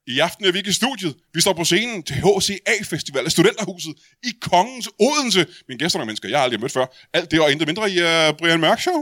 I aften er vi ikke i studiet. Vi står på scenen til HCA-festival af Studenterhuset i Kongens Odense. Mine gæster er mennesker, jeg har aldrig mødt før. Alt det og intet mindre i Brian Mørk Show.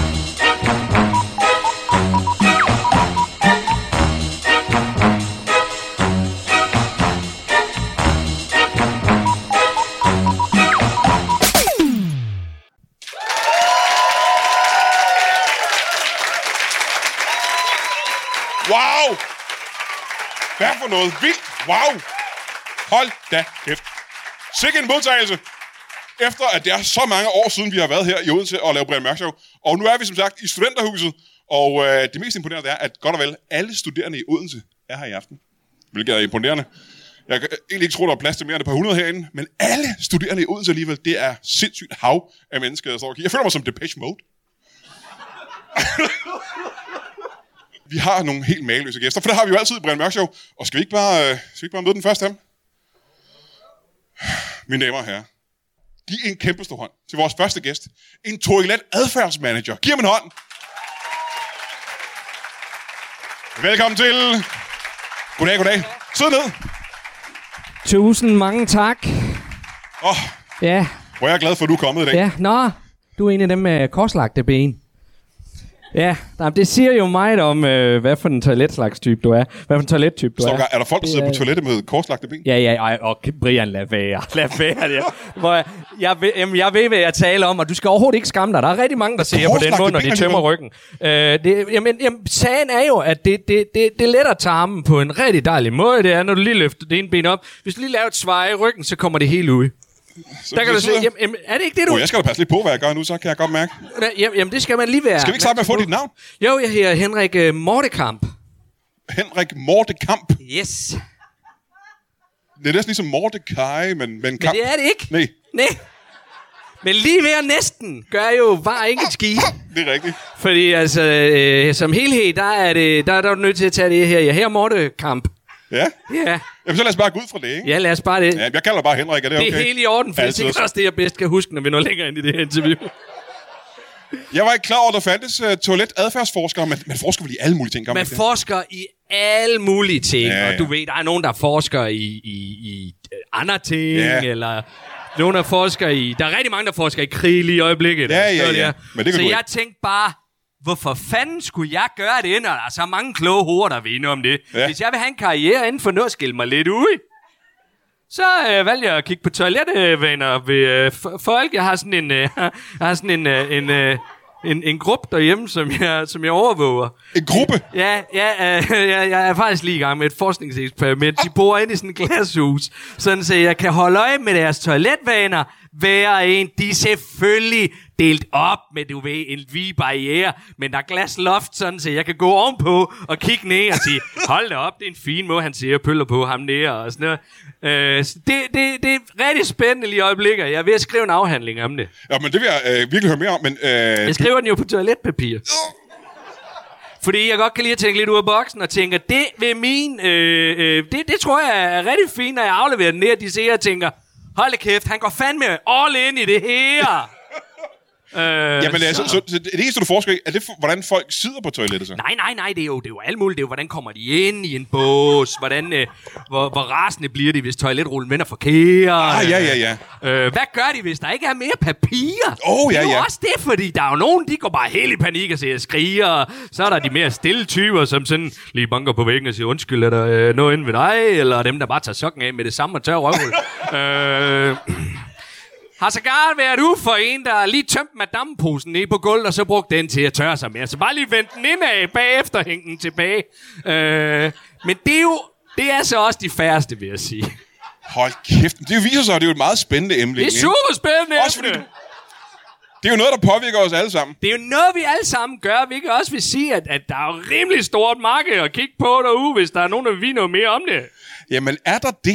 Wow! Hvad for noget vildt? Wow! Hold da kæft. Sikke en modtagelse. Efter at det er så mange år siden, vi har været her i Odense og lavet Brian Mørk Show. Og nu er vi som sagt i Studenterhuset. Og det mest imponerende er, at godt og vel alle studerende i Odense er her i aften. Hvilket er imponerende. Jeg kan egentlig ikke tro, der er plads til mere end et par hundrede herinde. Men alle studerende i Odense alligevel, det er sindssygt hav af mennesker, der står og kigger. Jeg føler mig som Depeche Mode. Vi har nogle helt mageløse gæster, for det har vi jo altid i Brian Mørk Show. Og skal vi ikke bare møde den første af dem? Mine damer og herrer, giv en kæmpe stor hånd til vores første gæst. En toilet-adfærdsmanager. Giv ham en hånd. Velkommen til. Goddag. Sid ned. Tusind mange tak. Ja. Hvor er jeg glad for, at du er kommet i dag. Ja, du er en af dem med korslagte ben. Ja, det siger jo meget om, hvad for en toiletslagstype du er. Hvad for en toilettype du er. Er der folk, der sidder på toilettet med korslagte ben? Ja, og Brian, lad være det. Jeg ved, hvad jeg taler om, og du skal overhovedet ikke skamme dig. Der er rigtig mange, der ser på den måde, når de tømmer ryggen. Sagen er jo, at det letter tarmen på en rigtig dejlig måde. Det er, når du lige løfter det ene ben op. Hvis du lige laver et sveje i ryggen, så kommer det helt ud. Der kan du se, er det ikke det, du... Jeg skal da passe lidt på, hvad jeg gør nu, så kan jeg godt mærke. Jamen, det skal man lige være. Skal vi ikke starte med at få dit navn? Jo, jeg hedder Henrik Mortekamp. Henrik Mortekamp? Yes. Det er næsten ligesom Mordecai, men kamp. Men det er det ikke. Nej. Men lige ved at næsten gør jo bare ikke et skide. Det er rigtigt. Fordi altså, som helhed, der er du nødt til at tage det her. Jeg hedder Mortekamp. Ja? Ja. Jamen, så lad os bare gå ud fra det, ikke? Ja, lad os bare det. Ja, jeg kalder bare Henrik, er det okay? Det er helt i orden, for det er også det, jeg bedst kan huske, når vi når længere ind i det her interview. Jeg var ikke klar over, at der fandtes toiletadfærdsforskere, men forsker vel i alle mulige ting? Man forsker i alle mulige ting, ja. Og du ved, der er nogen, der forsker i andre ting, eller nogen, der forsker i... Der er rigtig mange, der forsker i krig lige i øjeblikket. Ja. Men det så jeg tænkte bare... Hvorfor fanden skulle jeg gøre det, når der er så mange kloge hoveder, der ved om det? Ja. Hvis jeg vil have en karriere inden for noget at skille mig lidt ud, så valgte jeg at kigge på toiletvaner ved folk. Jeg har sådan en gruppe derhjemme, som jeg overvåger. En gruppe? Ja, jeg er faktisk lige i gang med et forskningseksperiment. De bor inde i sådan et glashus, sådan så jeg kan holde øje med deres toiletvaner. Hver en, de er selvfølgelig delt op med, du ved, en vid barriere, men der er glasloft, sådan så jeg kan gå ovenpå og kigge ned og sige, hold da op, det er en fin måde, han siger, pøller på ham nede og sådan noget. Det er rigtig spændende lige i øjeblikket. Jeg er ved at skrive en afhandling om det. Ja, men det vil jeg virkelig høre mere om, men... Jeg skriver den jo på toiletpapir. Fordi jeg godt kan lide at tænke lidt ud af boksen og tænker, det vil det tror jeg er rigtig fint, når jeg afleverer den ned, og de ser og tænker, hold da kæft, han går fandme all in i det her. Jamen, så det eneste, du forsker i, er det hvordan folk sidder på toilettet så? Nej, det er jo alt muligt. Det er jo, hvordan kommer de ind i en bås? Hvordan, hvor rasende bliver de, hvis toiletrullen vender forkert? Ja. Hvad gør de, hvis der ikke er mere papir? Det er jo også det, fordi der er jo nogen, de går bare helt i panik og siger skriger. Så er der de mere stille typer, som sådan lige banker på væggen og siger, undskyld, er der noget inde ved dig? Eller dem, der bare tager sokken af med det samme og tør røvhul. Har sågar været ude for en, der lige tømt madammeposen ned på gulvet, og så brugt den til at tørre sig med. Så bare lige vente den indad, bagefter hænge den tilbage. Men det er så også de færreste, vil jeg sige. Hold kæft, det viser sig, at det er jo et meget spændende emne. Det er super spændende også emne. Det er jo noget, der påvirker os alle sammen. Det er jo noget, vi alle sammen gør, hvilket også vil sige, at der er jo rimelig stort marked at kigge på derude, hvis der er nogen, der vil vide noget mere om det. Jamen, er der det?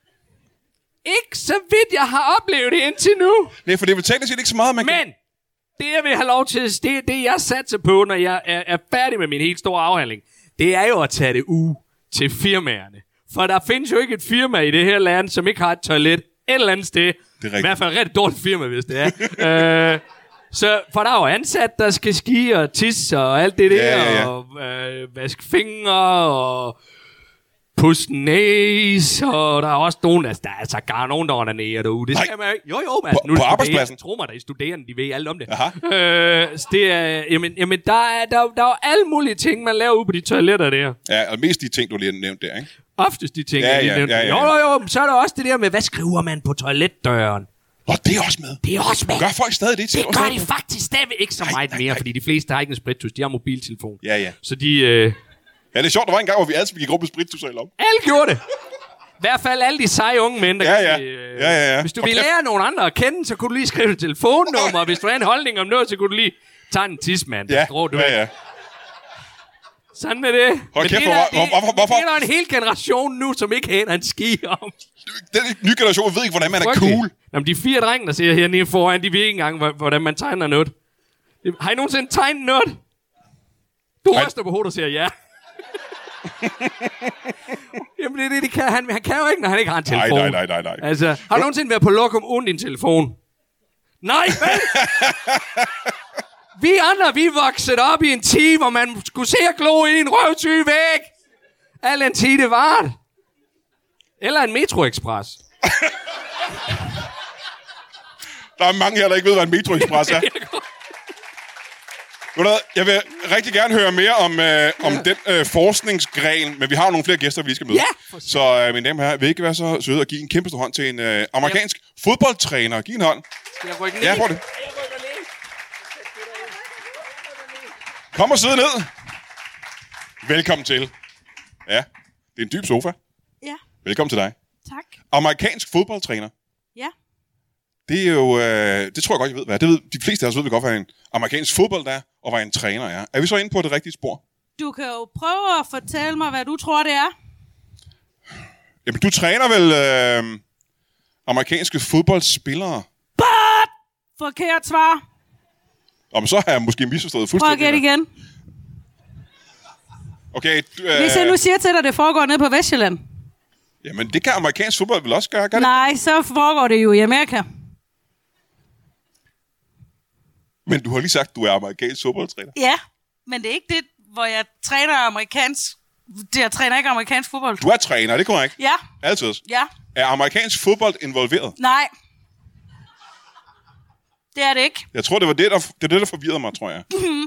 Ikke så vidt, jeg har oplevet det indtil nu. Nej, for det er vel teknisk ikke så meget, man Men det, jeg vil have lov til, det jeg satser på, når jeg er færdig med min helt store afhandling, det er jo at tage det ud til firmaerne. For der findes jo ikke et firma i det her land, som ikke har et toilet et eller andet sted. Det er i hvert fald et rigtig dårligt firma, hvis det er. Så for der er jo ansat, der skal ski og tisse og alt det der, og vaske fingre og pusnæs, og der er også nogen, der er altså gar nogen, der onanerer derude. Det skal man ikke. Jo, men på arbejdspladsen? Tro mig, der er studerende, de ved alt om det. Aha. Det er, jamen der er alle mulige ting, man laver ude på de toiletter der. Ja, og mest de ting, du lige har nævnt der, ikke? Oftest de ting, Ja. Jo, så er der også det der med, hvad skriver man på toiletdøren? Og det er også med. Det er også med. Gør folk stadig det? Det gør de faktisk stadig ikke så meget mere, fordi de fleste har ikke en sprittus, de har mobiltelefon. Ja. Så de... Ja, det er sjovt, der var en gang, hvor vi altid gik rundt med sprittus og om. Alle gjorde det. I hvert fald alle de seje unge mænd, der Ja. Hvis du vil lære nogen andre at kende, så kunne du lige skrive et telefonnummer, og hvis du har en holdning om noget, så kunne du lige tage en tidsmand. Ja. Sådan er det. Hold kæft, hvorfor? Det er der en hel generation nu, som ikke hænder en ski om. Den nye generation ved ikke, hvordan man er cool. Jamen, de 4 drenge, der ser hernede foran, de ved ikke engang, hvordan man tegner noget. Har I nogensinde tegnet noget? Du ryster på hovedet og siger ja. Jamen, det er det, de kan. Han kan jo ikke, når han ikke har en telefon. Nej. Altså, har du nogensinde været på lokum uden din telefon? Nej, vel? Vi andre, vi voksede op i en tid, hvor man skulle se og glo i en røvtyg væg. Al en tid, det var det. Eller en Metro Express. Der er mange her, der ikke ved, hvad en Metro Express er. Jeg vil rigtig gerne høre mere om den forskningsgren, men vi har nogle flere gæster, vi skal møde. Ja. Så mine damer og herrer, vil ikke være så søde at give en kæmpe stor hånd til en amerikansk fodboldtræner. Giv en hånd. Skal jeg rykke ned? Ja, prøv det. Kom og sidde ned. Velkommen til. Ja, det er en dyb sofa. Ja. Velkommen til dig. Tak. Amerikansk fodboldtræner. Ja. Det er jo, det tror jeg godt, jeg ved, hvad det ved. De fleste af os ved vi godt, hvad en amerikansk fodbold er, og hvad en træner er. Er vi så inde på det rigtige spor? Du kan jo prøve at fortælle mig, hvad du tror, det er. Jamen, du træner vel amerikanske fodboldspillere? But! Forkert svar. Om så har jeg måske misforstået Prøv fuldstændig. at gætte igen. Okay. Hvis jeg nu siger til dig, at det foregår nede på Vestjylland. Jamen, det kan amerikansk fodbold vel også gøre, kan det? Nej, så foregår det jo i Amerika. Men du har lige sagt, at du er amerikansk fodboldtræner. Ja, men det er ikke det, hvor jeg træner amerikansk... Jeg træner ikke amerikansk fodbold. Du er træner, det er korrekt? Ja. Altid. Ja. Er amerikansk fodbold involveret? Nej. Det er det ikke. Jeg tror, det var det, der forvirrede mig, tror jeg.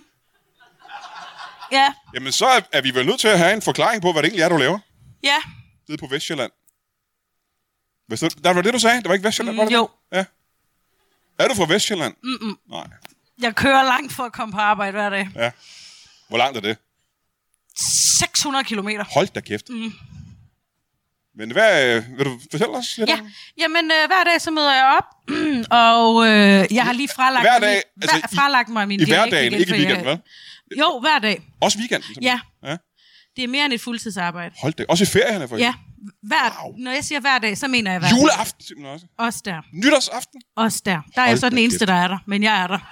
Ja. Jamen, så er vi vel nødt til at have en forklaring på, hvad det egentlig er, du laver. Ja. Nede på Vestjylland. Der var det, du sagde? Det var ikke Vestjylland, var det? Jo. Ja. Er du fra Vestjylland? Nej. Jeg kører langt for at komme på arbejde hver dag. Ja. Hvor langt er det? 600 kilometer. Hold da kæft. Men hvad vil du fortælle os lidt om? Jamen hver dag så møder jeg op, og jeg har lige fralagt, hver dag, fralagt mig min i dialekt hverdagen, igen, ikke i weekenden, vel? Jo, hver dag. Også weekenden? Ja. Ja. Det er mere end et fuldtidsarbejde. Hold da. Også i ferierne, for Ja. Wow. Når jeg siger hver dag, så mener jeg hver dag. Juleaften simpelthen også. Også der. Nytårsaften. Også der. Der er jeg så den eneste, der er der, men jeg er der.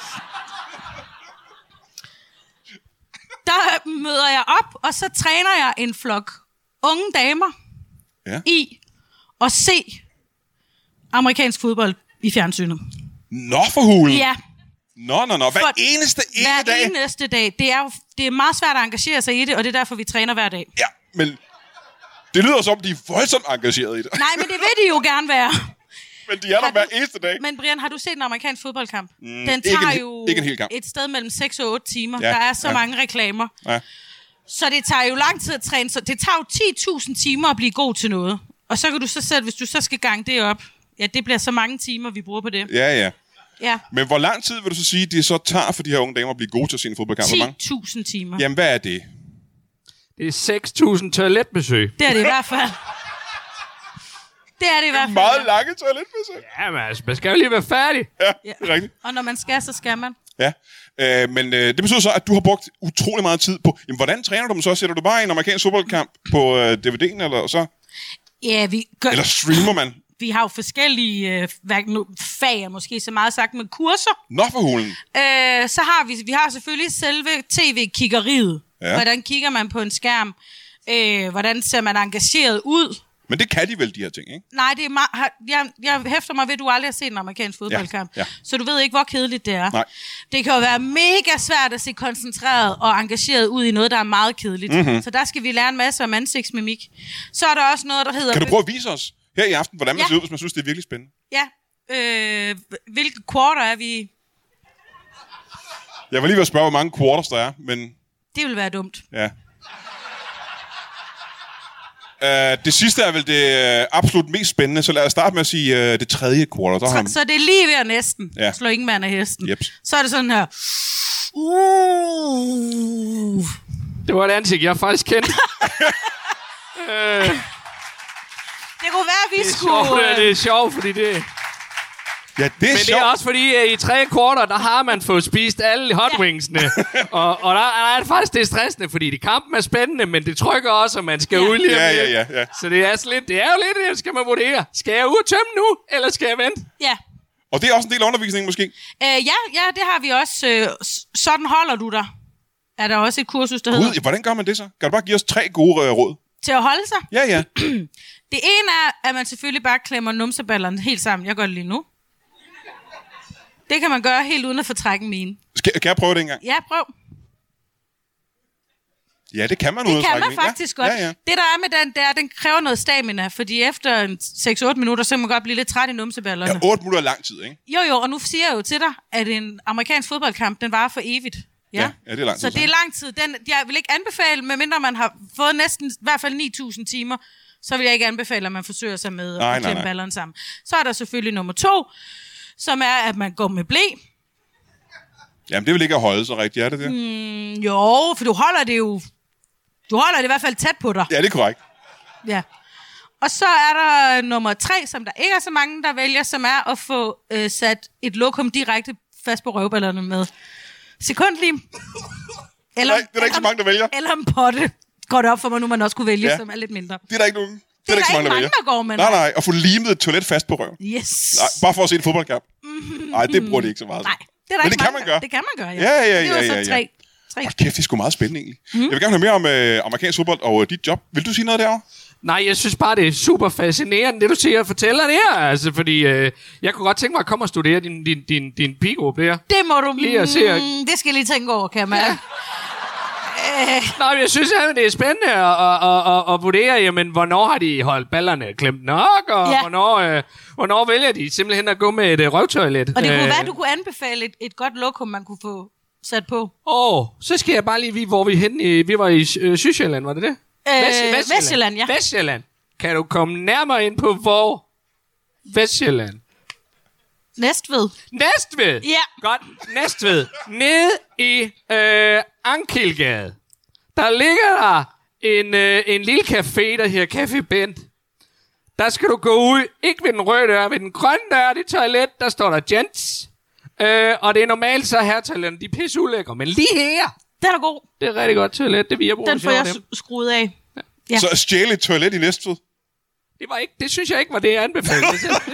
Der møder jeg op, og så træner jeg en flok unge damer i at se amerikansk fodbold i fjernsynet. Nå for hulen. Ja. Nå. Hver eneste dag. Hver eneste dag. Det er meget svært at engagere sig i det, og det er derfor, vi træner hver dag. Ja, men det lyder som, de er voldsomt engageret i det. Nej, men det vil de jo gerne være. Men de er der hver eneste dag. Men Brian, har du set en amerikansk fodboldkamp? Den ikke tager en jo hel kamp. et sted mellem 6 og 8 timer. Ja, Der er så mange reklamer. Ja. Så det tager jo lang tid at træne. Så det tager jo 10.000 timer at blive god til noget. Og så kan du så selv, hvis du så skal gange det op, ja, det bliver så mange timer, vi bruger på det. Ja. Ja. Men hvor lang tid vil du så sige, det så tager for de her unge damer at blive gode til at se en fodboldkamp? 10.000 timer. Jamen, hvad er det? Det er 6.000 toiletbesøg. Det er det i hvert fald. Det er det i hvert fald. Meget lange toiletbesøg. Ja, men altså, man skal jo lige være færdig. Ja, det er rigtigt. Og når man skal, så skal man. Ja, men det betyder så, at du har brugt utrolig meget tid på... Jamen, hvordan træner du dem så? Sætter du bare en amerikansk fodboldkamp på DVD'en, eller så? Ja, vi gør... Eller streamer man? Vi har jo forskellige fag, måske så meget sagt, med kurser. Nå for hulen. Så har vi har selvfølgelig selve tv-kiggeriet. Ja. Hvordan kigger man på en skærm? Hvordan ser man engageret ud? Men det kan de vel, de her ting, ikke? Nej, det er jeg hæfter mig ved, at du aldrig har set en amerikansk fodboldkamp. Ja. Så du ved ikke, hvor kedeligt det er. Nej. Det kan jo være mega svært at se koncentreret og engageret ud i noget, der er meget kedeligt. Mm-hmm. Så der skal vi lære en masse om ansigtsmimik. Så er der også noget, der hedder... Kan du prøve at vise os her i aften, hvordan man ser ud, hvis man synes, det er virkelig spændende? Ja. Hvilket quarter er vi i? Jeg var lige ved at spørge, hvor mange quarters der er, men... Det vil være dumt. Ja. Det sidste er vel det absolut mest spændende, så lad os starte med at sige det tredje quarter. Så det er lige ved at næsten slå ingen mand af hesten. Yep. Så er det sådan her. Det var et ansigt, jeg faktisk kendte. Det kunne være, at vi skulle... Sjovt, det er sjovt, fordi det... Ja, det er Men sjovt. det er også fordi, at i 3 kvarter, der har man fået spist alle hotwingsene. og der er det faktisk, det er stressende, fordi de kampen er spændende, men det trykker også, at man skal ud lige om lidt. Ja. Så det er jo lidt, det skal man vurdere. Skal jeg ud og tømme nu, eller skal jeg vente? Ja. Og det er også en del af undervisningen, måske? Ja, det har vi også. Sådan holder du dig. Er der også et kursus, der hedder... Hvordan gør man det så? Kan du bare give os 3 gode råd? Til at holde sig? Ja. Det ene er, at man selvfølgelig bare klemmer numseballerne helt sammen. Jeg gør det lige nu. Det kan man gøre helt uden at fortrække mine. Kan jeg prøve det engang? Ja, prøv. Ja, det kan man Det kan man faktisk godt. Ja. Det der er med den, det er, den kræver noget stamina, fordi efter 6-8 minutter, så kan man godt blive lidt træt i numseballerne. Ja, 8 minutter er lang tid, ikke? Jo, og nu siger jeg jo til dig, at en amerikansk fodboldkamp, den varer for evigt. Ja, det er lang tid. Så det er lang tid. Jeg vil ikke anbefale, medmindre man har fået næsten i hvert fald 9.000 timer, så vil jeg ikke anbefale, at man forsøger sig med at klemme ballerne sammen. Så er der selvfølgelig nummer 2, som er, at man går med ble. Jamen, det vil ikke at holde så rigtigt, er det det? Jo, for du holder det i hvert fald tæt på dig. Ja, det er korrekt. Ja. Og så er der nummer 3, som der ikke er så mange, der vælger, som er at få sat et lokum direkte fast på røvballerne med sekundlim. Eller, det er der ikke så mange, der vælger. Eller en potte. Går det op for mig nu, man også kunne vælge, som er lidt mindre. Det er der ikke nogen. Det er der ikke mange, der går med. Nej, og få limet et toilet fast på røven. Yes. Nej, bare for at se en fodboldkamp. Nej, det bruger de ikke så meget. Nej, men det kan man gøre. Det kan man gøre, ja. Det var så 3. Kæft, det er sgu meget spændende egentlig. Jeg vil gerne høre mere om amerikansk fodbold og dit job. Vil du sige noget derovre? Nej, jeg synes bare, det er super fascinerende, det du siger og fortæller det her. Altså, fordi jeg kunne godt tænke mig at komme og studere din pigegruppe der. Det må du lige at se. Det skal jeg lige tænke over, kan man. Ja. Nej, jeg synes, at det er spændende at vurdere, jamen, hvornår har de holdt ballerne klemt nok, og hvornår vælger de simpelthen at gå med et røvtoilet. Og det kunne være, at du kunne anbefale et godt lokum, man kunne få sat på. Så skal jeg bare lige vide, hvor vi er henne. Vi var i Sydsjælland, var det det? Vestjylland, ja. Vestjylland. Kan du komme nærmere ind på, hvor? Vestjylland. Næstved. Ja. Godt, Næstved. Nede i Ankilgade. Der ligger der en lille café, der hedder Café Bent. Der skal du gå ud, ikke ved den røde dør, ved den grønne dør, det toilet, der står der gents. Og det er normalt så her toiletten, de er pisse ulækre, men lige her. Den er god. Det er rigtig godt toilet, det vil jeg bruge. Den får jeg skruet af. Ja. Så stjæle et toilet i Næstved? Det synes jeg ikke var det, jeg anbefalede.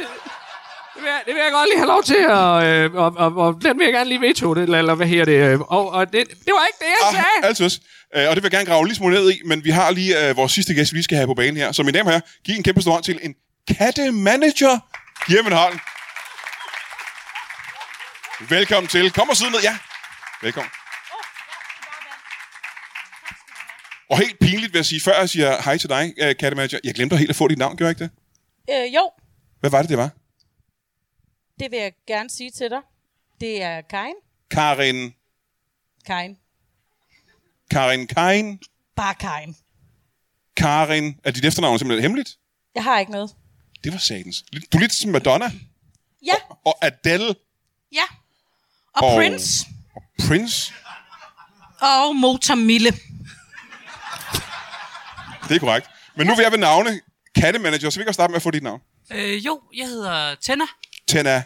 Det vil jeg godt lige have lov til, og den vil jeg gerne lige veto, eller hvad her det. Og det var ikke det, jeg sagde. Altså, og det vil jeg gerne grave lige smule ned i, men vi har lige vores sidste gæst, vi lige skal have på banen her. Så mine damer og herrer, giv en kæmpe stor hånd til en kattemanager. Giv ham en hånd. Velkommen til. Kom og sidde ned. Ja, velkommen. Og helt pinligt vil jeg sige, før jeg siger hej til dig, kattemanager. Jeg glemte helt at få dit navn, gjorde jeg ikke det? Jo. Hvad var det var? Det vil jeg gerne sige til dig. Det er Karin. Karin. Bare Karin. Karin. Er dit efternavn simpelthen hemmeligt? Jeg har ikke noget. Det var satans. Du er lidt som Madonna. Ja. Og Adele. Ja. Og Prince. Og Prince. Og Motormille. Det er korrekt. Men nu vil jeg ved navne. Kattemanager, så vi kan starte med at få dit navn. Jo, jeg hedder Tenna. Tenna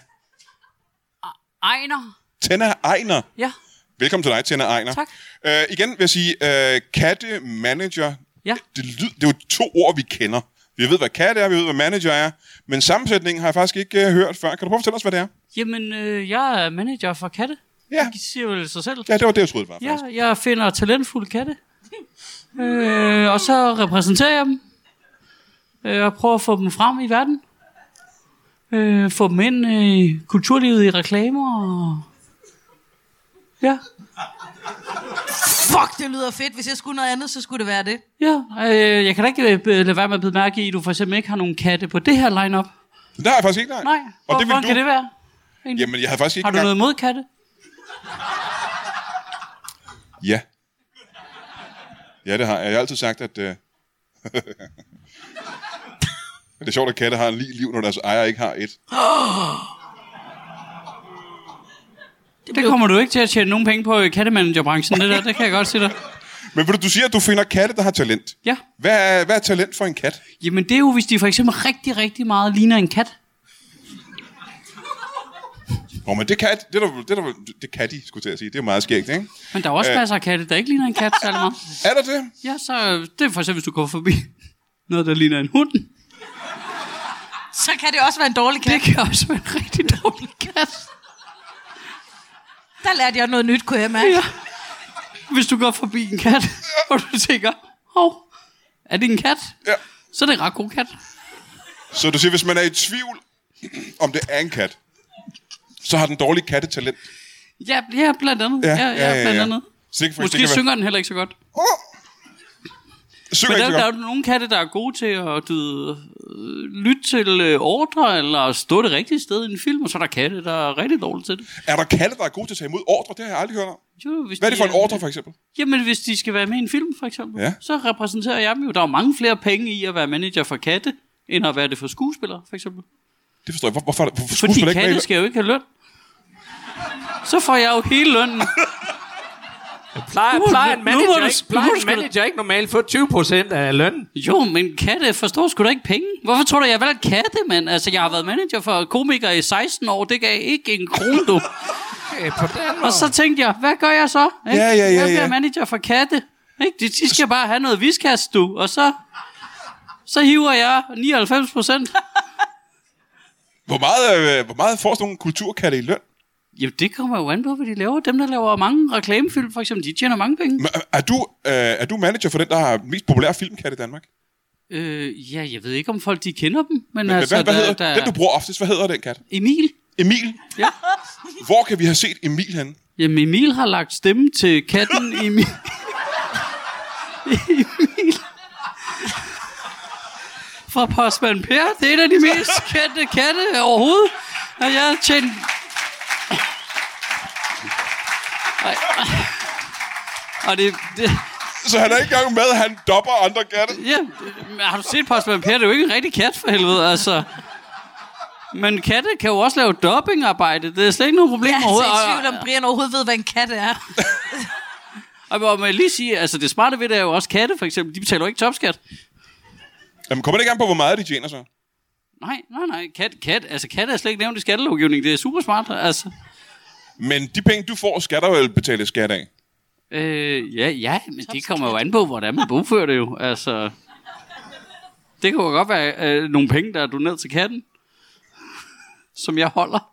Ejner. Ja. Velkommen til dig, Tenna Ejner. Tak. Igen vil jeg sige, kattemanager. Ja. Det er jo 2 ord, vi kender. Vi ved, hvad kat er, vi ved, hvad manager er. Men sammensætningen har jeg faktisk ikke hørt før. Kan du prøve at fortælle os, hvad det er? Jamen, jeg er manager for katte. Ja. Det siger vel sig selv. Ja, det var det, jeg troede, det var. Ja, jeg finder talentfulde katte. Og så repræsenterer jeg dem. Og prøve at få dem frem i verden. Få dem ind i kulturlivet, i reklamer. Og... Ja. Fuck, det lyder fedt. Hvis jeg skulle noget andet, så skulle det være det. Ja, jeg kan da ikke lade være med at bide mærke i, at du for eksempel ikke har nogen katte på det her line-up. Det har jeg faktisk ikke, nej. Nej, og det hvordan kan det være? Egentlig? Jamen, jeg havde faktisk ikke har du noget mod katte? Ja. Ja, det har jeg. Jeg har altid sagt, at... det er sjovt, at katte har en liv, når deres ejer ikke har et. Det kommer du ikke til at tjene nogen penge på i kattemanagerbranchen, det kan jeg godt sige dig. Men du siger, at du finder katte, der har talent. Ja. Hvad er talent for en kat? Jamen, det er jo, hvis de for eksempel rigtig, rigtig meget ligner en kat. Men det kan de, skulle jeg sige. Det er meget skægt, ikke? Men der er også masser af katte, der ikke ligner en kat særlig meget. Er der det? Ja, så det er for eksempel, hvis du går forbi noget, der ligner en hund. Så kan det også være en dårlig kat. Det kan også være en rigtig dårlig kat. Der lærte jeg noget nyt, kunne jeg mærke. Ja. Hvis du går forbi en kat, og du tænker, er det en kat? Ja. Så er det en ret god kat. Så du siger, hvis man er i tvivl, om det er en kat, så har den dårlige katte talent. Ja, blandt andet. Ja, blandt andet. Måske synger den heller ikke så godt. Men der er jo nogle katte, der er gode til at lytte til ordre, eller stå det rigtige sted i en film, og så er der katte, der er rigtig dårlige til det. Er der katte, der er gode til at tage imod ordre? Det har jeg aldrig hørt om. Jo, hvad er det for en ordre, for eksempel? Jamen, hvis de skal være med i en film, for eksempel, så repræsenterer jeg dem jo. Der er mange flere penge i at være manager for katte, end at være det for skuespillere, for eksempel. Det forstår jeg. Hvorfor fordi katte skal jo ikke have løn. Så får jeg jo hele lønnen. Plejer en manager ikke normalt få 20% af lønnen? Jo, men katte forstår sgu da ikke penge. Hvorfor tror du, jeg valgte katte, mand? Altså, jeg har været manager for komikere i 16 år. Det gav ikke en krone, du. Og så tænkte jeg, hvad gør jeg så? Ikke? Jeg bliver manager for katte. Ikke? De skal bare have noget viskast, du. Og så hiver jeg 99%. Hvor meget får sådan nogle kulturkatte i løn? Jo, det kommer jo an på, hvad de laver. Dem, der laver mange reklamefilm, for eksempel, de tjener mange penge. Men er du manager for den, der har mest populære filmkat i Danmark? Ja, jeg ved ikke, om folk de kender dem. Men altså, hvad hedder den, du bruger oftest? Hvad hedder den kat? Emil. Emil? Ja. Hvor kan vi have set Emil henne? Jamen, Emil har lagt stemme til katten Emil. Emil. Fra Postmand Per. Det er en af de mest kendte katte overhovedet. Og jeg har tjent... Og det... Så han er ikke engang med, at han dopper andre katte? Ja, har du set Postmand Per? Det er jo ikke en rigtig kat for helvede, altså. Men katte kan jo også lave doppingarbejde. Det er slet ikke noget problem overhovedet. Jeg er i tvivl om, Brian overhovedet ved, hvad en kat er. Og må jeg lige sige, altså det smarte ved det er jo også katte, for eksempel. De betaler jo ikke topskat. Jamen, kommer det ikke an på, hvor meget de tjener så? Nej. Katte er slet ikke nævnt i skattelovgivning. Det er super smart, altså. Men de penge, du får, skal der vel betale skat af? Ja, men det kommer jo an på, hvordan man bogfører det jo. Altså, det kan jo godt være nogle penge, der er doneret til katten, som jeg holder.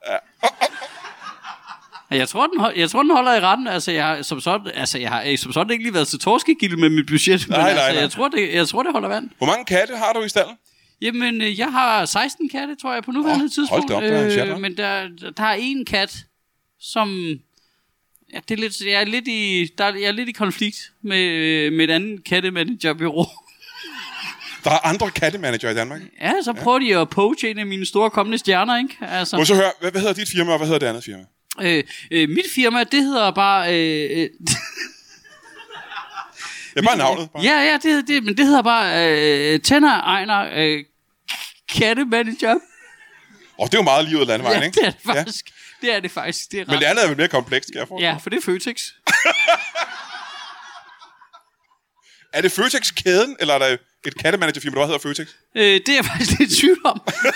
Jeg tror, den holder i retten. Altså, jeg har som sådan ikke lige været til torskegilde med mit budget. Nej. Jeg tror, det holder vand. Hvor mange katte har du i stallen? Jamen, jeg har 16 katte, tror jeg, på nuværende tidspunkt. Hold da op, men der er en kat, som... Ja, det er lidt, jeg er lidt i konflikt med et andet kattemanagerbureau. Der er andre kattemanager i Danmark? Ja, så prøver de at poache en af mine store kommende stjerner, ikke? Altså. Må så høre, hvad hedder dit firma, og hvad hedder det andet firma? Mit firma, det hedder bare... Ja, bare navnet. Bare. Ja, men det hedder bare Tenner Ejner Kattemanager. Det er jo meget livet af landevejen, ikke? Ja, det er det faktisk. Ja. Det er det faktisk. Det er men det andet er vel mere komplekst, skal jeg forstå? Ja, for det er Føtex. Er det Føtex-kæden, eller er der et kattemanagerfirma, der hedder Føtex? Det er jeg faktisk lidt tvivl om.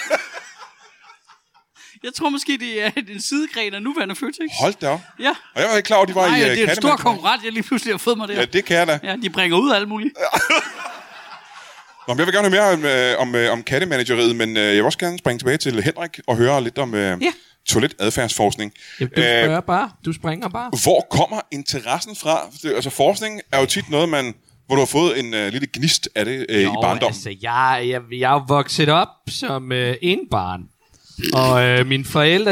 Jeg tror måske, det er en sidegren af nuværende Føtex. Hold da op. Ja. Og jeg var ikke klar over, at de var i det er en stor konkurrent, jeg lige pludselig har fået mig der. Ja, det kan jeg da. Ja, de bringer ud af alt muligt. Nå, men jeg vil gerne høre mere om kattemanageriet, men jeg vil også gerne springe tilbage til Henrik og høre lidt om toiletadfærdsforskning. Du springer bare. Hvor kommer interessen fra? Altså, forskning er jo tit noget, man hvor du har fået en lille gnist af det i barndommen? Altså, jeg er vokset op som enbarn. Og mine forældre,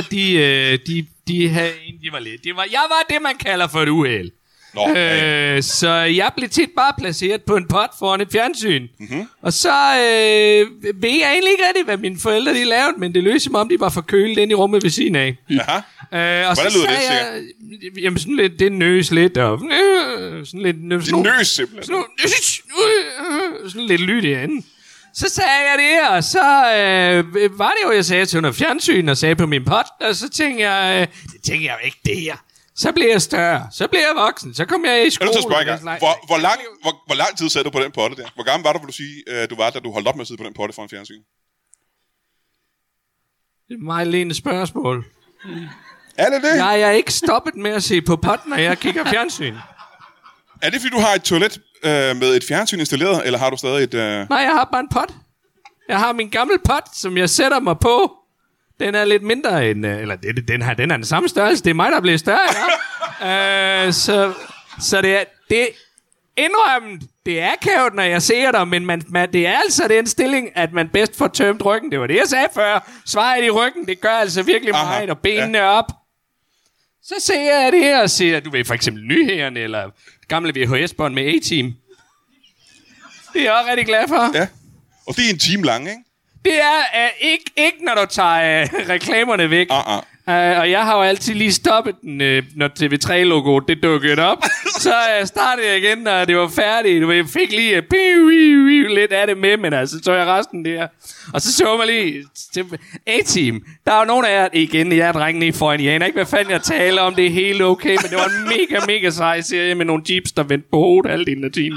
jeg var det, man kalder for et uheld. Så jeg blev tit bare placeret på en pot foran et fjernsyn. Mm-hmm. Og så ved jeg egentlig ikke rigtig, hvad mine forældre de lavede, men det lød som om, de var forkølet inde i rummet ved siden af. Jaha. Og hvordan lyder det, sikkert? Jamen sådan lidt, det nøs lidt, og sådan lidt... Det nøs simpelthen? Sådan lidt lyd derinde. Så sagde jeg det, og så var det jo, jeg sagde til under fjernsyn, og sagde på min pot, og så tænkte jeg, det tænker jeg jo ikke det her. Så blev jeg større, så blev jeg voksen, så kom jeg i skole. Hvor lang tid sad du på den potte der? Hvor gammel var du, vil du sige, du var, da du holdt op med at sidde på den potte foran fjernsyn? Det er et meget lænende spørgsmål. Er det det? Jeg er ikke stoppet med at se på potten, når jeg kigger fjernsyn. Er det, fordi du har et toilet med et fjernsyn installeret, eller har du stadig et... Nej, jeg har bare en pot. Jeg har min gamle pot, som jeg sætter mig på. Den er lidt mindre end... den er den samme størrelse. Det er mig, der bliver større, ja. Så det er indrømmet. Det er akavet, når jeg ser dig, men det er altså den stilling, at man bedst får tømt ryggen. Det var det, jeg sagde før. Svaret i ryggen, det gør altså virkelig meget, og benene op. Så ser jeg det her og siger, du ved for eksempel nyhederne, eller gamle VHS-bånd med A-Team. Det er jeg også rigtig glad for. Ja, og det er en time lang, ikke? Det er ikke når du tager reklamerne væk. Og jeg har jo altid lige stoppet den, når TV3-logoet det dukkede op. Så startede jeg igen, og det var færdigt. Du ved, jeg fik lige lidt af det med, men altså, så jeg resten der. Og så så man lige A-Team. Der er jo nogen af jer, igen, jeg er drengene i foran. Jeg aner ikke, hvad fanden jeg taler om. Det er helt okay, men det var en mega, mega sej serie med nogle jeeps, der vendte på hovedet halvdelen af tiden.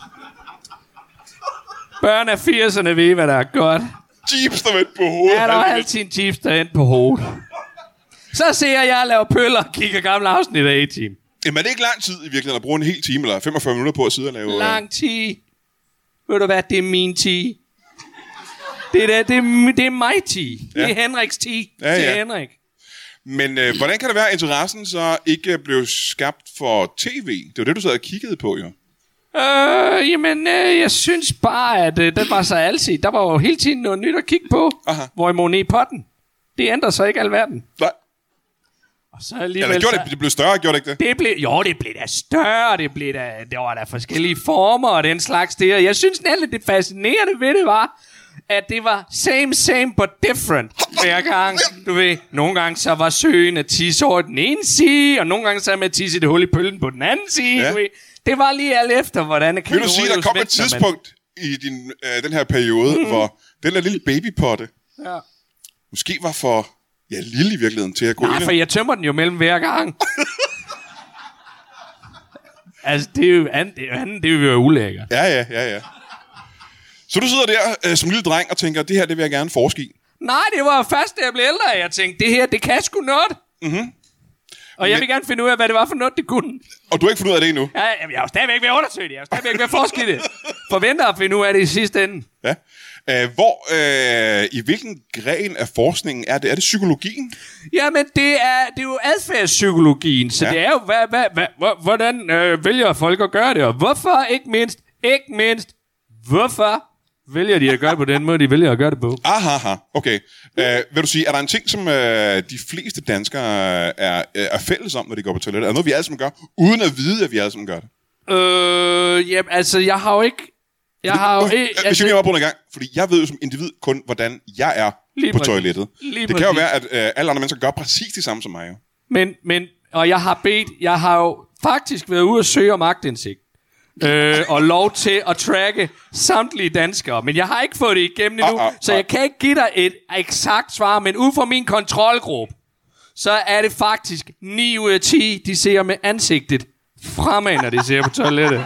Børn af 80'erne ved, hvad der er godt. Jeeps, der vendte på hovedet. Ja, der var altid en jeeps, der vendte på hovedet. Så ser jeg lave pøller og kigger gamle afsnit af A-Team. Jamen er det ikke lang tid i virkeligheden at bruge en hel time eller 45 minutter på at sidde og lave... Lang tid. Ved du hvad, det er min tid. Det er mig tid. Ja. Det er Henriks tid. Ja, det er Henrik. Men hvordan kan det være, at interessen så ikke blev skabt for tv? Det var det, du sad og kiggede på, jo. Jeg synes bare, at den var så altid. Der var jo hele tiden noget nyt at kigge på. Aha. Hvorimod nede i potten. Det ændrer sig ikke alverden. Nej. Og så alligevel... det blev større, gjorde det ikke det? Det blev da større. Der var der forskellige former og den slags der. Jeg synes nemlig, det fascinerende ved det var, at det var same but different hver gang. Du ved, nogle gange så var søen at tisse over den ene side, og nogle gange så med at tisse det hul i pøllen på den anden side. Ja. Du ved. Det var lige alt efter, hvordan det kan... Vil du sige, der kom et tidspunkt i den her periode, hvor den der lille babypotte måske var for lille i virkeligheden til at gå ind? Nej, for jeg tømmer den jo mellem hver gang. Altså, det er jo ulækkert. Ja. Så du sidder der som lille dreng og tænker, det her, det vil jeg gerne forske i? Nej, det var først, da jeg blev ældre, jeg tænkte, det her, det kan sgu noget. Mhm. Og jeg vil gerne finde ud af, hvad det var for noget, det kunne. Og du har ikke fundet ud af det endnu? Ja, jeg er jo stadigvæk ved at undersøge det. Jeg er stadigvæk ved at forske det. Forventer at finde ud af det i sidste ende. Ja. I hvilken gren af forskningen er det? Er det psykologien? Jamen, det er jo adfærdspsykologien. Så det er jo, hvordan vælger folk at gøre det? Og hvorfor, ikke mindst, hvorfor vælger de at gøre det på den måde, de vælger at gøre det på? Aha, okay. Vil du sige, er der en ting, som de fleste danskere er fælles om, når de går på toilettet? Er det noget, vi alle sammen gør, uden at vide, at vi alle sammen gør det? Jamen, altså, jeg har jo ikke... Hvis jeg lige på en gang, fordi jeg ved jo som individ kun, hvordan jeg er på toilettet. Det kan jo være, at alle andre mennesker gør præcis det samme som mig. Jo. Og jeg har jo faktisk været ude at søge om aktindsigt. Og lov til at tracke samtlige danskere. Men jeg har ikke fået det igennem endnu, så jeg kan ikke give dig et eksakt svar, men ud fra min kontrolgruppe, så er det faktisk 9 ud af 10, de ser med ansigtet fremad, når de ser på toilettet.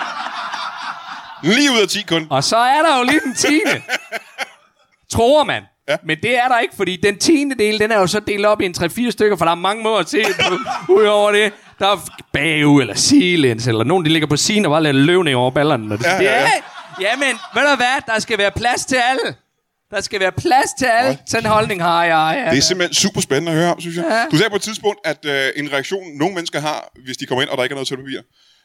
9 ud af 10 kun. Og så er der jo lige den 10. Tror man. Ja. Men det er der ikke, fordi den 10. del, den er jo så delt op i en 3-4 stykker, for der er mange måder at se udover det. Der er bagud, eller sidelæns, eller nogen, de ligger på siden og bare lader løvning over ballerne. Jamen, ved du hvad? Der skal være plads til alle. Der skal være plads til alle. Sådan en holdning har jeg. Ja. Det er simpelthen super spændende at høre om, synes jeg. Ja. Du sagde på et tidspunkt, at en reaktion, nogle mennesker har, hvis de kommer ind, og der ikke er noget toiletpapir,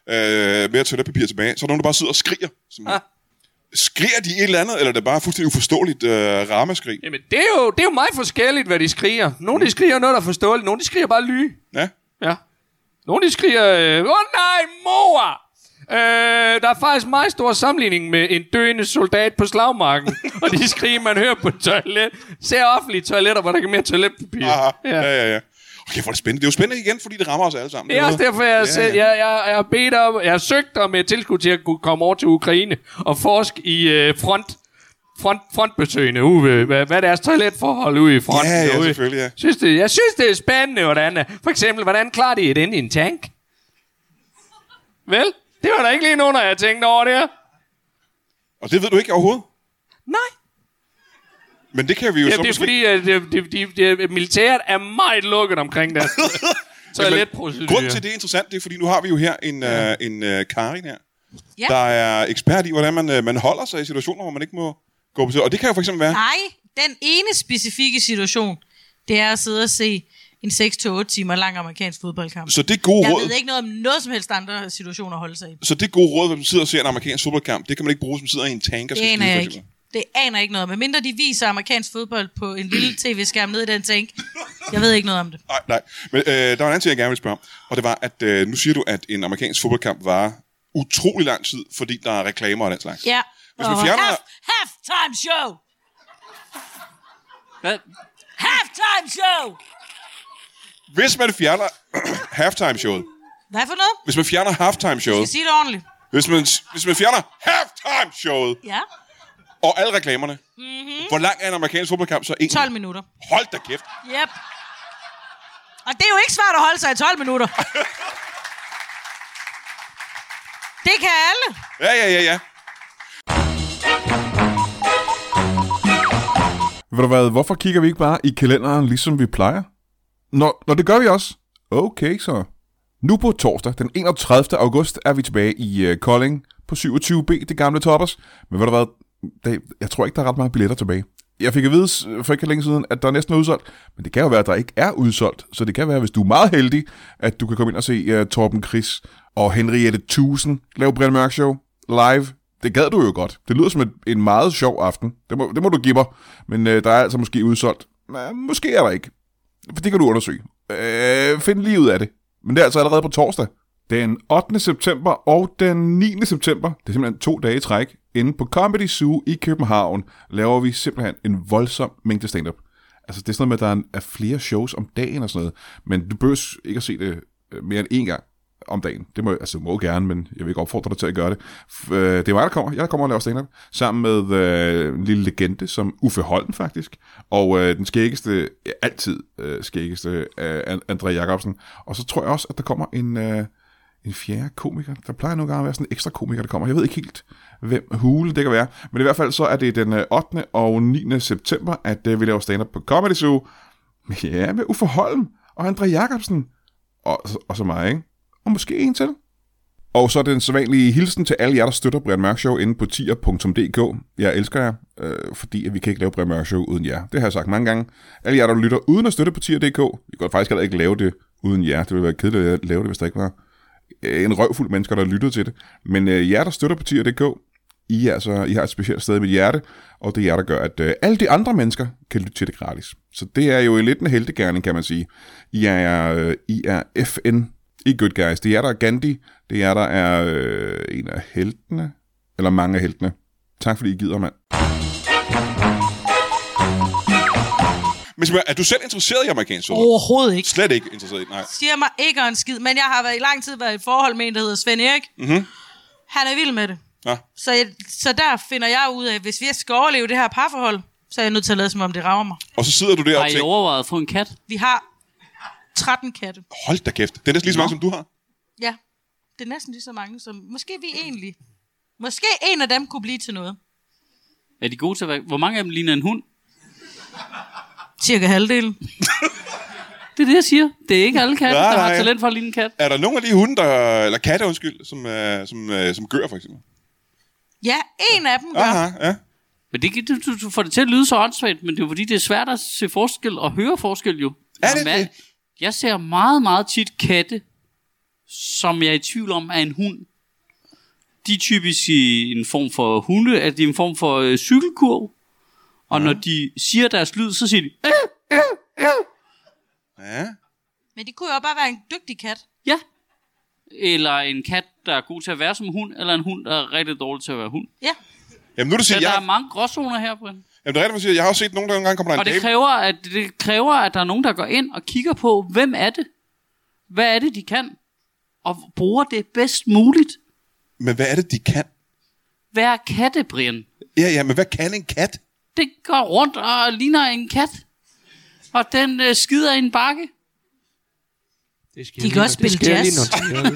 mere toiletpapir tilbage, så er der nogen, der bare sidder og skriger. Skriger de et eller andet, eller er det bare fuldstændig uforståeligt ramaskrig? Jamen, det er jo meget forskelligt, hvad de skriger. Nogle de skriger noget, der er forståeligt. Nogle de skriger bare ly. Ja. Nogle de skriger, nej, mor! Der er faktisk meget stor sammenligning med en døende soldat på slagmarken. Og de skriger, man hører på toilet. Ser offentlige toiletter, hvor der kan mere toiletpapir. Aha, ja. Okay, hvor er det spændende. Det er jo spændende igen, fordi det rammer os alle sammen. Det er også derfor, jeg har søgt om et tilskud til at kunne komme over til Ukraine og forske i frontbesøgende ude, hvad deres toiletforhold ude i fronten. Ja, selvfølgelig, ja. Jeg synes, det er spændende, hvordan, for eksempel, hvordan klarer de et ind i en tank? Vel, det var der ikke lige nogen, der jeg tænkte over det her. Og det ved du ikke overhovedet? Nej. Men det kan vi jo så det er fordi, militæret er meget lukket omkring det. Toiletprocedurer. Grunden til det er interessant, det er fordi, nu har vi jo her en Karin her, der er ekspert i, hvordan man holder sig i situationer, hvor man ikke må gå på toilet. Og det kan jo for eksempel være... Nej, den ene specifikke situation, det er at sidde og se en 6-8 timer lang amerikansk fodboldkamp. Så det gode råd... Jeg ved ikke noget om noget som helst andre situationer at holde sig i. Så det gode råd, hvis man sidder og ser en amerikansk fodboldkamp, det kan man ikke bruge, som sidder i en tank og skal skide, for eksempel. Det aner ikke noget om. Mindre de viser amerikansk fodbold på en lille tv-skærm nede i den tank. Jeg ved ikke noget om det. Nej. Men der var en anden ting, jeg gerne ville spørge om. Og det var, at nu siger du, at en amerikansk fodboldkamp var utrolig lang tid, fordi der er reklamer og den slags. Ja. Hvis man fjerner... Halftime show! Hvad? Halftime show! Hvis man fjerner halftime showet. Hvad for noget? Hvis man fjerner halftime showet. Jeg skal sige det ordentligt. Hvis man fjerner halftime showet. Ja. Og alle reklamerne. Mm-hmm. Hvor lang er en amerikansk fodboldkamp så egentlig? 12 minutter. Hold da kæft. Yep. Og det er jo ikke svært at holde sig i 12 minutter. Det kan alle. Ja. Ved du hvad, hvorfor kigger vi ikke bare i kalenderen, ligesom vi plejer? Nå, det gør vi også. Okay, så. Nu på torsdag, den 31. august, er vi tilbage i Kolding på 27B, det gamle Toppers. Men ved du hvad, jeg tror ikke, der er ret mange billetter tilbage. Jeg fik at vide for ikke længe siden, at der er næsten udsolgt. Men det kan jo være, at der ikke er udsolgt. Så det kan være, hvis du er meget heldig, at du kan komme ind og se Torben Chris og Henriette Thusen lave Brian Mørk Show live. Det gad du jo godt. Det lyder som en meget sjov aften. Det må du give mig. Men der er altså måske udsolgt. Måske er der ikke. For det kan du undersøge. Find lige ud af det. Men det er altså allerede på torsdag. Den 8. september og den 9. september, det er simpelthen 2 dage i træk, inde på Comedy Zoo i København, laver vi simpelthen en voldsom mængde stand-up. Altså det er sådan noget med, at der er flere shows om dagen og sådan noget, men du behøver ikke at se det mere end 1 gang om dagen. Det må gerne, men jeg vil ikke opfordre dig til at gøre det. Det er mig, der kommer. Jeg kommer og laver stand-up sammen med en lille legende som Uffe Holm faktisk, og den skæggeste, altid skæggeste, André Jacobsen. Og så tror jeg også, at der kommer en fjerde komiker. Der plejer nogle gange at være sådan en ekstra komiker, der kommer. Jeg ved ikke helt, hvem hule det kan være. Men i hvert fald så er det den 8. og 9. september, at vi laver stand-up på Comedy Zoo. Ja, med Uffe Holm og André Jacobsen. Og så mig, ikke? Og måske en til. Og så er den sædvanlige hilsen til alle jer, der støtter Brian Mørk Show inde på tier.dk. Jeg elsker jer, fordi vi kan ikke lave Brian Mørk Show uden jer. Det har jeg sagt mange gange. Alle jer, der lytter uden at støtte på tier.dk, vi kan faktisk heller ikke lave det uden jer. Det ville være kedeligt at lave det, hvis der ikke var en røvfuld mennesker, der lyttede til det. Men jer, der støtter på tier.dk, I har et specielt sted i mit hjerte, og det er jer, der gør, at alle de andre mennesker kan lytte til det gratis. Så det er jo lidt en heltegerning, kan man sige. I er FN. I good guys. Det er der er Gandhi. Det er der er en af heltene. Eller mange af heltene. Tak fordi I gider, mand. Men er du selv interesseret i amerikansk fodbold? Overhovedet ikke. Slet ikke interesseret i, nej. Siger mig ikke en skid, men jeg har i lang tid været i et forhold med en, der hedder Svend Erik. Mm-hmm. Han er vild med det. Ja. Så der finder jeg ud af, hvis vi skal overleve det her parforhold, så er jeg nødt til at lade som om det rager mig. Og så sidder du der og tænker... Har I overvejet at få en kat? Vi har 13 katte. Hold da kæft. Det er næsten lige så mange, som du har. Ja, det er næsten lige så mange, som... Måske vi egentlig... Måske en af dem kunne blive til noget. Er de gode til at... Hvor mange af dem ligner en hund? Cirka halvdelen. Det er det, jeg siger. Det er ikke alle katte, der har talent for at ligne en kat. Er der nogen af de hunde, eller katte, som gør, for eksempel? Ja, en af dem gør. Aha, ja. Men du får det til at lyde så åndssvagt, men det er jo fordi, det er svært at se forskel og høre forskel jo. Er det det? Jeg ser meget, meget tit katte som jeg er i tvivl om er en hund. De er typisk i en form for hunde, at de er en form for cykelkurv. Og når de siger deres lyd, så siger de... Ja. Men det kunne jo bare være en dygtig kat. Ja. Eller en kat, der er god til at være som hund, eller en hund, der er rigtig dårlig til at være hund. Ja. Jamen nu du siger, der er mange gråzoner her, Brian. Jamen det er rigtigt, siger, jeg har også set nogle gange kommer der og en det kræver, at der er nogen, der går ind og kigger på, hvem er det? Hvad er det, de kan? Og bruger det bedst muligt. Men hvad er det, de kan? Hvad er katte, Brian? Ja, men hvad kan en kat? Det går rundt og ligner en kat. Og den skider i en bakke. De kan også spille jazz.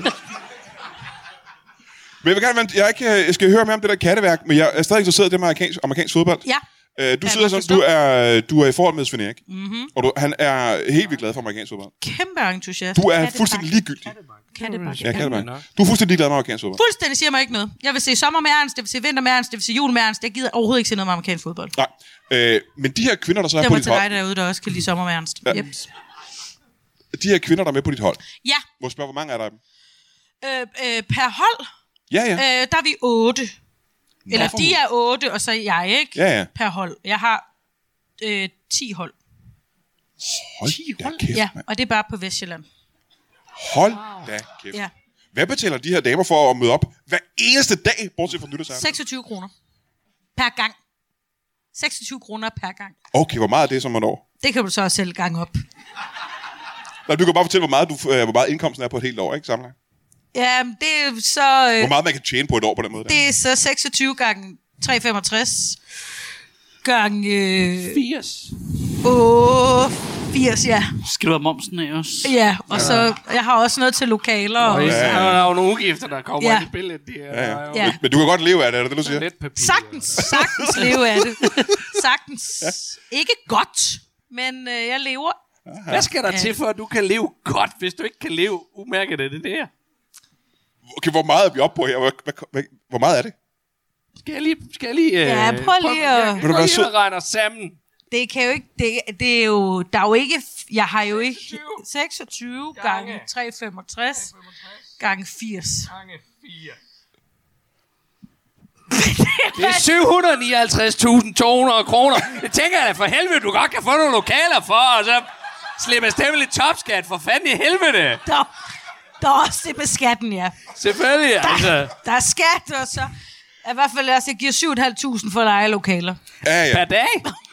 Men jeg skal høre mere om det der katteværk, men jeg er stadig interesseret i det med amerikansk fodbold. Ja. Du sidder sådan, du er i forhold med Svend Erik, og han er helt vildt glad for amerikansk fodbold. Kæmpe entusiast. Du er fuldstændig ligegyldig. Kattebakke. Ja, kattebakke. Du er fuldstændig ligeglad med amerikansk fodbold. Fuldstændig siger mig ikke noget. Jeg vil se sommer med ernst, jeg vil se vinter med ernst, jeg vil se jul med ernst. Jeg gider overhovedet ikke se noget med amerikansk fodbold. Nej, men de her kvinder, der så er det på dit hold... Det var til dig derude, der også kan lide sommer med ernst. Ja. Jeps. De her kvinder, der er med på dit hold. Ja. Må jeg spørge, hvor mange er der af dem? Per hold? Ja. Der er vi 8. Eller de er 8, og så jeg, ikke? Ja. Per hold. Jeg har 10 hold. Hold 10 da hold? kæft, ja, man. og det er bare på Vestjylland. Hold da kæft. Ja. Hvad betaler de her damer for at møde op hver eneste dag, bortset fra nytårsaften? 26 kroner. Per gang. 26 kroner per gang. Okay, hvor meget er det som man år? Det kan du så også selv gange op. Nej, du kan bare fortælle, hvor meget indkomsten er på et helt år, ikke? Sammenlagt. Ja, det er så... hvor meget man kan tjene på et år på den måde? Det er så 26 gange 365 gange... 80. 80, ja. Skal du have momsen af også? Ja, og så... Jeg har også noget til lokaler. Og der er jo nogle udgifter, der kommer i billedet. Ja. Men du kan godt leve af det, er det du siger? Sagtens leve af det. Sagtens. Ja. Ikke godt, men jeg lever. Hvad skal der til, for at du kan leve godt, hvis du ikke kan leve umærket af det der? Okay, hvor meget er vi oppe på her? Hvor meget er det? Skal jeg lige... Ja, prøv lige at regne os sammen. Det kan jo ikke... Det er jo... Der er jo ikke... Jeg har jo ikke... 26 gange 365 gange 80. Gange 4. Det er 759.200 kroner. Det tænker jeg da for helvede, du godt kan få nogle lokaler for, og så slippe afsted med lidt topskat. For fanden i helvede. Der er også det med skatten, ja. Selvfølgelig, altså. Der er skat, og så... I hvert fald, jeg giver 7.500 for at lege lokaler. Ja. Per dag?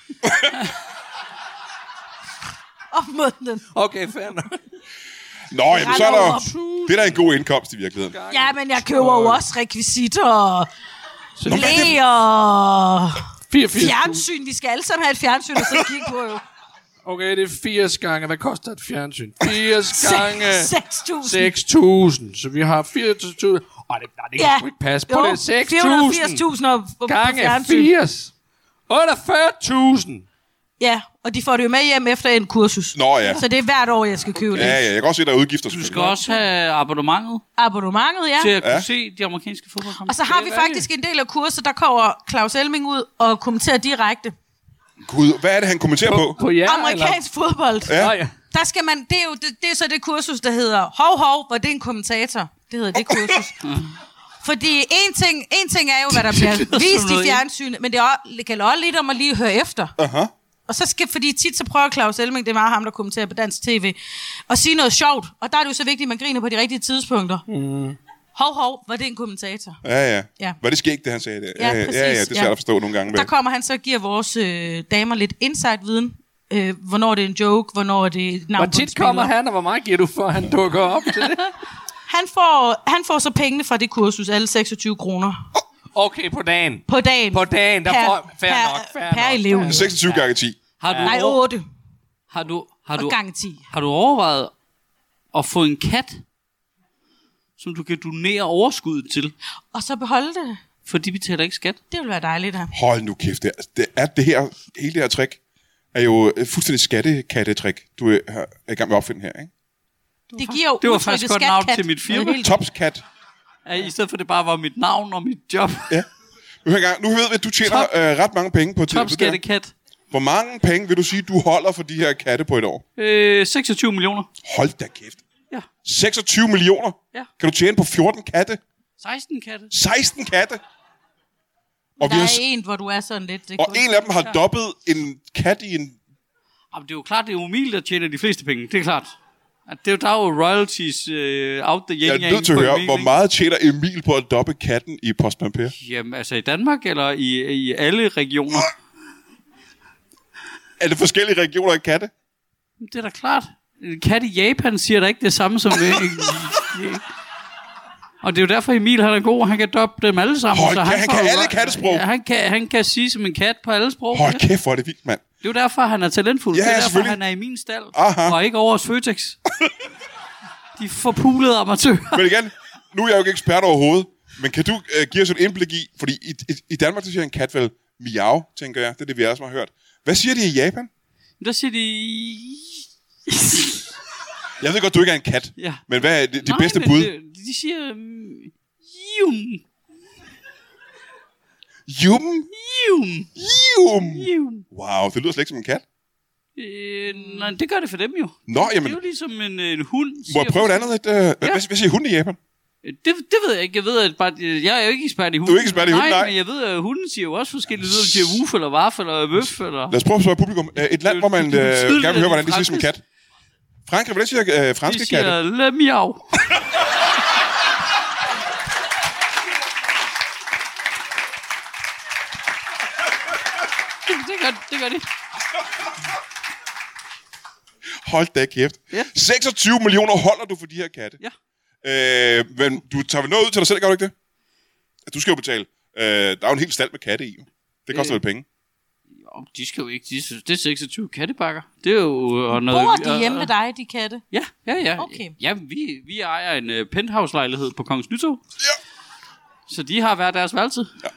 Om måneden. Okay, fair nok. Nå, jamen, så er der... Det er da en god indkomst i virkeligheden. Ja, men jeg køber jo også rekvisitter og blæer. Fjernsyn. Vi skal alle sammen have et fjernsyn, og så kigge på jo. Okay, det er 80 gange. Hvad koster et fjernsyn? 80 gange 6.000. Så vi har 4.000. Det kan sgu ikke passe på. Det er 6.000 gange 80. 48.000. Ja, og de får det jo med hjem efter en kursus. Nå ja. Så det er hvert år, jeg skal købe det. Ja, jeg kan også se, der er udgifter. Du skal også have abonnementet. Abonnementet, ja. Til at kunne se de amerikanske fodboldkampe. Og så har vi faktisk en del af kurser, der kommer Claus Elming ud og kommenterer direkte. Gud, hvad er det, han kommenterer på? Amerikansk fodbold. Ja. Der skal man, det er så det kursus, der hedder hov, hvor det er en kommentator. Det hedder det kursus. Fordi en ting er jo, hvad der bliver vist i fjernsynet, men det gælder også lidt om at lige høre efter. Og så fordi tit så prøver Claus Elming, det er meget ham, der kommenterer på dansk tv, at sige noget sjovt. Og der er det jo så vigtigt, at man griner på de rigtige tidspunkter. Hov, var det en kommentator? Ja. Var det skægt, det han sagde? Ja, præcis. Ja, det er svært at forstå nogle gange. Der kommer han så og giver vores damer lidt insight-viden. Hvornår det er en joke, hvornår det er navn. Hvor tit kommer han, og hvor meget giver du for, at han dukker op til det? Han får så pengene fra det kursus, alle 26 kroner. Okay, på dagen. På dagen, der får fair per elev. 26 gange 10. Nej, 8. Og gange 10. Har du overvejet at få en kat, som du kan donere overskuddet til? Og så beholde det. For de betaler ikke skat. Det vil være dejligt her. Hold nu kæft, hele det her trick er jo fuldstændig skattekattetrik, du er i gang med at opfinde her, ikke? Det giver jo det var faktisk godt navn til mit firma. Topskat. Ja, i stedet for det bare var mit navn og mit job. Ja. Nu ved vi, at du tjener ret mange penge på det. Topskattekat. Hvor mange penge vil du sige, du holder for de her katte på et år? 26 millioner. Hold da kæft. Ja. 26 millioner? Ja. Kan du tjene på 14 katte? 16 katte. 16 katte? Og der er en, hvor du er sådan lidt... Og en af dem har dobbet en kat i en... Jamen, det er jo klart, det er umuligt at tjene de fleste penge. Det er klart. Der er jo royalties out the yin. Jeg er nødt til at høre, hvor meget tjener Emil på at dobbe katten i Postman Per? Jamen, altså i Danmark eller i alle regioner? Er det forskellige regioner af katte? Det er da klart. En kat i Japan siger da ikke det samme som... Og det er jo derfor, Emil han er god. Han kan dobbe dem alle sammen. Så han kan alle kattesprog. Han kan sige som en kat på alle sprog. Hold kæft, hvor er det vildt, mand. Det er jo derfor, han er talentfuld. Ja, det er derfor, han er i min stald. Aha. Og ikke over hos Føtex. De forpulede amatører. Men igen, nu er jeg jo ikke ekspert overhovedet. Men kan du give os et indblik i... Fordi i Danmark, så siger en kat vel miau, tænker jeg. Det er det, vi alle har hørt. Hvad siger de i Japan? Der siger de... Jeg ved godt, du ikke er en kat. Ja. Men hvad er de bedste bud? De siger... Jum. Jum? Jum. Jum. Jum. Wow, det lyder slet ikke som en kat. Nej, det gør det for dem jo. Nå, jamen... Det er jo ligesom en hund. Må jeg prøve et andet? Hvad siger hunden i Japan? Det ved jeg ikke. Jeg ved, at jeg er jo ikke ekspert i hunden. Du er ikke ekspert i hunden, nej. Men jeg ved, at hunden siger jo også forskellige lyder. De siger woof, eller warf, eller bøf, eller... Lad os prøve at spørge publikum. Et land, hvor man gerne vil høre, hvordan de siger som en kat. Frankrig, hvordan siger franske katte? De siger le miau. Det gør de. Hold da kæft. Ja. 26 millioner holder du for de her katte. Ja. Men du tager vel noget ud til dig selv, gør du ikke det? Du skal jo betale. Der er jo en hel stald med katte i. Det koster vel penge. Jo, de skal jo ikke. Det er 26 kattebakker. Det er jo noget... Bor de hjemme med dig, de katte? Ja. Okay. Ja, vi ejer en penthouse-lejlighed på Kongens Nytorv. Ja. Så de har hver deres værelse. Ja.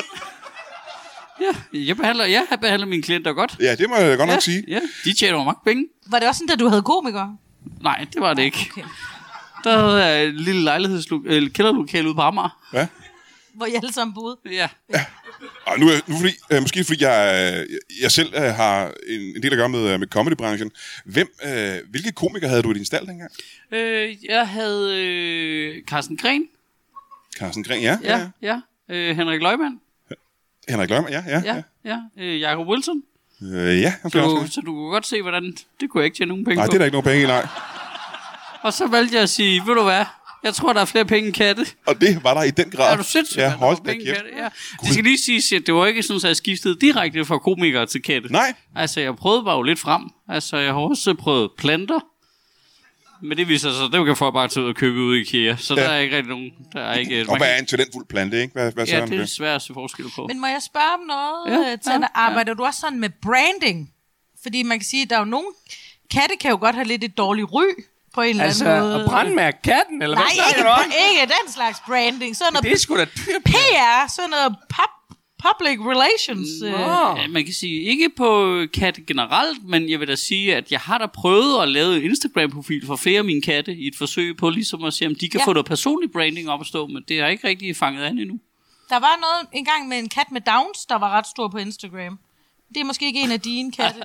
Jeg behandler mine klienter godt. Ja, det må jeg godt nok sige. Ja, de tjener jo mange penge. Var det også sådan, at du havde komikere? Nej, det var det ikke. Okay. Der havde jeg et lille kælderlokale ude på Amager. Ja. Hvor I alle sammen boede? Ja. Og nu måske fordi jeg selv har en del at gøre med comedybranchen. Hvilke komikere havde du i din stald dengang? Jeg havde Carsten Gren. Carsten Gren, ja. Ja. Henrik Løgman. Henrik Løgman, ja. Jacob Wilson. Ja. Så du kunne godt se, hvordan... Det kunne jeg ikke tjene nogen penge på. Nej, det er der ikke nogen penge i, nej. Og så valgte jeg at sige, ved du hvad? Jeg tror, der er flere penge end katte. Og det var der i den grad. Er du sindssygt? Ja, hold da kæft. Ja. Det skal lige sige, at det var ikke sådan, at jeg skiftede direkte fra komikere til katte. Nej. Altså, jeg prøvede bare jo lidt frem. Altså, jeg har også prøvet planter. Men det viser sig, det kan folk bare tage ud og købe ud i IKEA. Så der er ikke rigtig nogen... Der er ikke, og hvad er en talentfuld plante, ikke? Hvad ja, det er svært at se forskel på. Men må jeg spørge om noget, Tanner? Arbejder du også sådan med branding? Fordi man kan sige, at der er jo nogle... Katte kan jo godt have lidt et dårligt ry på en eller anden måde. Altså, at brandmærke katten, eller nej, hvad snakker du om? ikke den slags branding. Sådan noget det er sgu da dyrt. PR, sådan noget public relations. Ja, man kan sige, ikke på katte generelt, men jeg vil da sige, at jeg har da prøvet at lave en Instagram-profil for flere af mine katte, i et forsøg på ligesom at se, om de kan få noget personlig branding op at stå, men det har ikke rigtig fanget an endnu. Der var noget engang med en kat med Downs, der var ret stor på Instagram. Det er måske ikke en af dine katte.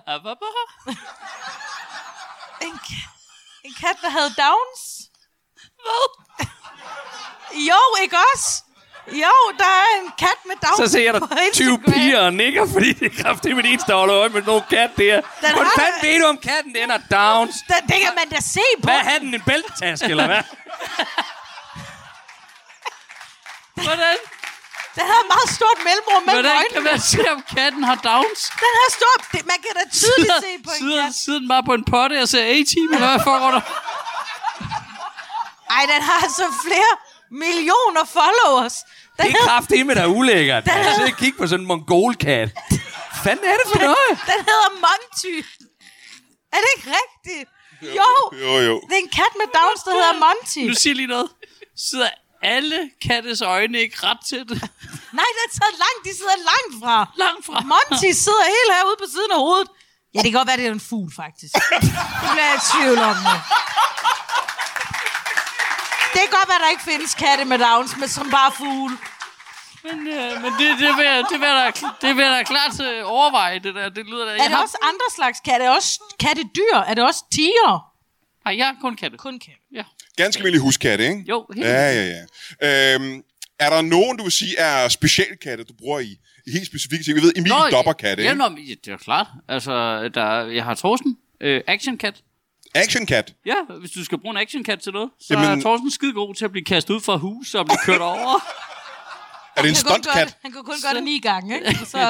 En kat, der havde Downs? Hvad? Jo, ikke også? Jo, der er en kat med Downs. Så ser der 20 piger og nikker, fordi det er kraftigt med en, der holder øje med nogle kat der. Hvordan fanden ved du om katten, den er Downs? Det kan man da se på. Hvad har den, en bæltetaske, eller hvad? Hvordan? Den har et meget stort mellemrum mellem øjnene. Hvordan kan man se, om katten har Downs? Den har stort... Man kan da tydeligt se på en kat. Sidder den bare på en potte og ser A-team, eller hvad foregår der? Ej, den har altså flere millioner followers. Det er kraftigt med, der er ulækkert. Jeg sidder og kigger på sådan en mongolkat. Fanden er det for noget? Den hedder Monty. Er det ikke rigtigt? Jo. Det er en kat med Downs, der hedder Monty. Nu siger lige noget. Sidder alle kattes øjne ikke ret til det? Nej, den sidder langt. De sidder langt fra. Langt fra. Monty sidder helt herude på siden af hovedet. Ja, det kan godt være, det er en fugl, faktisk. Det bliver jeg i tvivl om nu. Det kan godt være, der ikke findes katte med Downs, men som bare fugle. Men det vil jeg da klart overveje, det der. Det lyder da. Er det også andre slags katte? Er det også kattedyr? Er det også tiger? Nej, jeg har kun katte. Kun katte. Ja. Ganske almindelig huskatte, ikke? Jo, helt. Ja. Er der nogen, du vil sige, er specialkatte, du bruger i helt specifikke ting? Vi ved, Emil dopper katte, ikke? Ja, det er klart. Altså, jeg har Thorsten. Actionkat. Actionkat? Ja, hvis du skal bruge en actionkat til noget, så er Thorsten skide god til at blive kastet ud fra hus og blive kørt over. Er det en stuntkat? Han kunne kun gøre det 9 gange, ikke? Så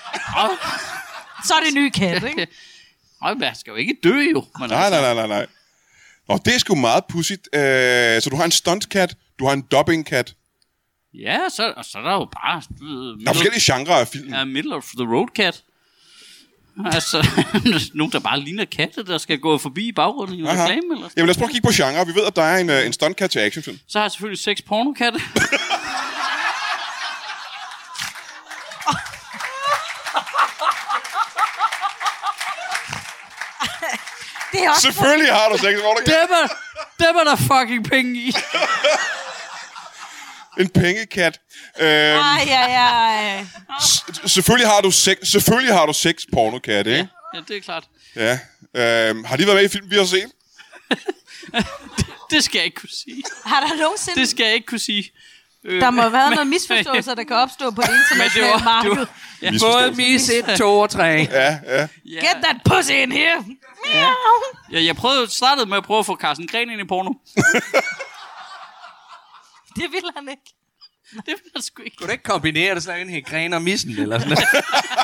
er det en ny kat, ikke? Nej, man skal jo ikke dø, jo. Nej. Og det er sgu meget pudsigt. Så du har en stuntkat, du har en dubbingkat. Ja, så er der jo bare... Der er forskellige genrer af film. Ja, middle of the road cat. Altså, nogen, der bare ligner katte, der skal gå forbi i baggrunden i reklame, eller sådan. Jamen lad os prøve at kigge på genre. Vi ved, at der er en stuntkat til actionfilm. Så har jeg selvfølgelig 6 pornokatte. Det er også selvfølgelig har du 6 pornokatte. Dem er der fucking penge i. En pengekat. Ej. Selvfølgelig har du 6 pornokatte, ikke? Ja, det er klart. Ja. Har de været med i film, vi har set? Det skal jeg ikke kunne sige. Har der nogensinde... Det skal jeg ikke kunne sige. Der må have været noget misforståelser, der kan opstå på det internationale marked. Ja. Både mis 1, 2 og 3. Ja. Get that pussy in here! Ja, jeg startede med at prøve at få Carsten Gren ind i porno. Det ville han ikke. Det ville han sgu ikke. Kunne du ikke kombinere det sådan en Gren og missen, eller sådan noget?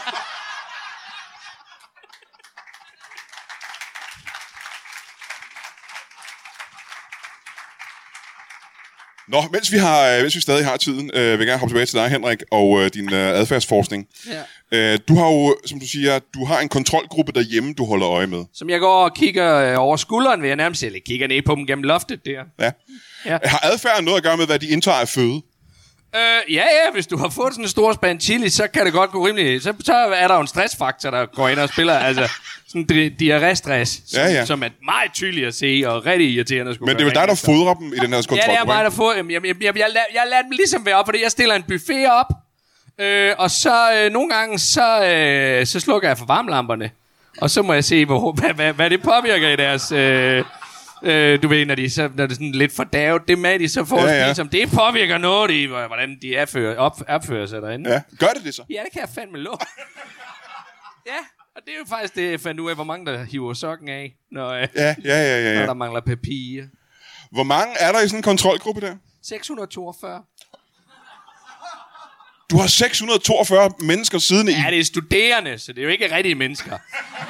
Nå, mens vi stadig har tiden, vil jeg gerne hoppe tilbage til dig, Henrik, og din adfærdsforskning. Ja. Du har jo, som du siger, du har en kontrolgruppe derhjemme, du holder øje med. Som jeg går og kigger over skulderen, vil jeg nærmest sige, eller kigger ned på dem gennem loftet der. Ja. Har adfærden noget at gøre med, hvad de indtager af føde? Ja, hvis du har fået sådan en stor spand chili, så kan det godt gå rimelig... Så er der jo en stressfaktor, der går ind og spiller, altså sådan diarré-stress, som er meget tydeligt at se, og rigtig irriterende at skulle. Men det er vel dig, der fodrer dem i den her kontrol? Ja, det er mig, der fodrer dem. Jeg lader dem ligesom være op, fordi jeg stiller en buffet op, og så nogle gange, så slukker jeg for varmlamperne, og så må jeg se, hvad det påvirker i deres... du ved, når det er sådan lidt fordavet, det med, de så får ligesom, det påvirker noget i, hvordan de opfører sig derinde. Ja. Gør det så? Ja, det kan jeg fandme love. Ja, og det er jo faktisk det, jeg fandt ud af, hvor mange der hiver sokken af, når der mangler papir. Hvor mange er der i sådan en kontrolgruppe der? 642. Du har 642 mennesker siddende i? Ja, det er studerende, så det er jo ikke rigtige mennesker.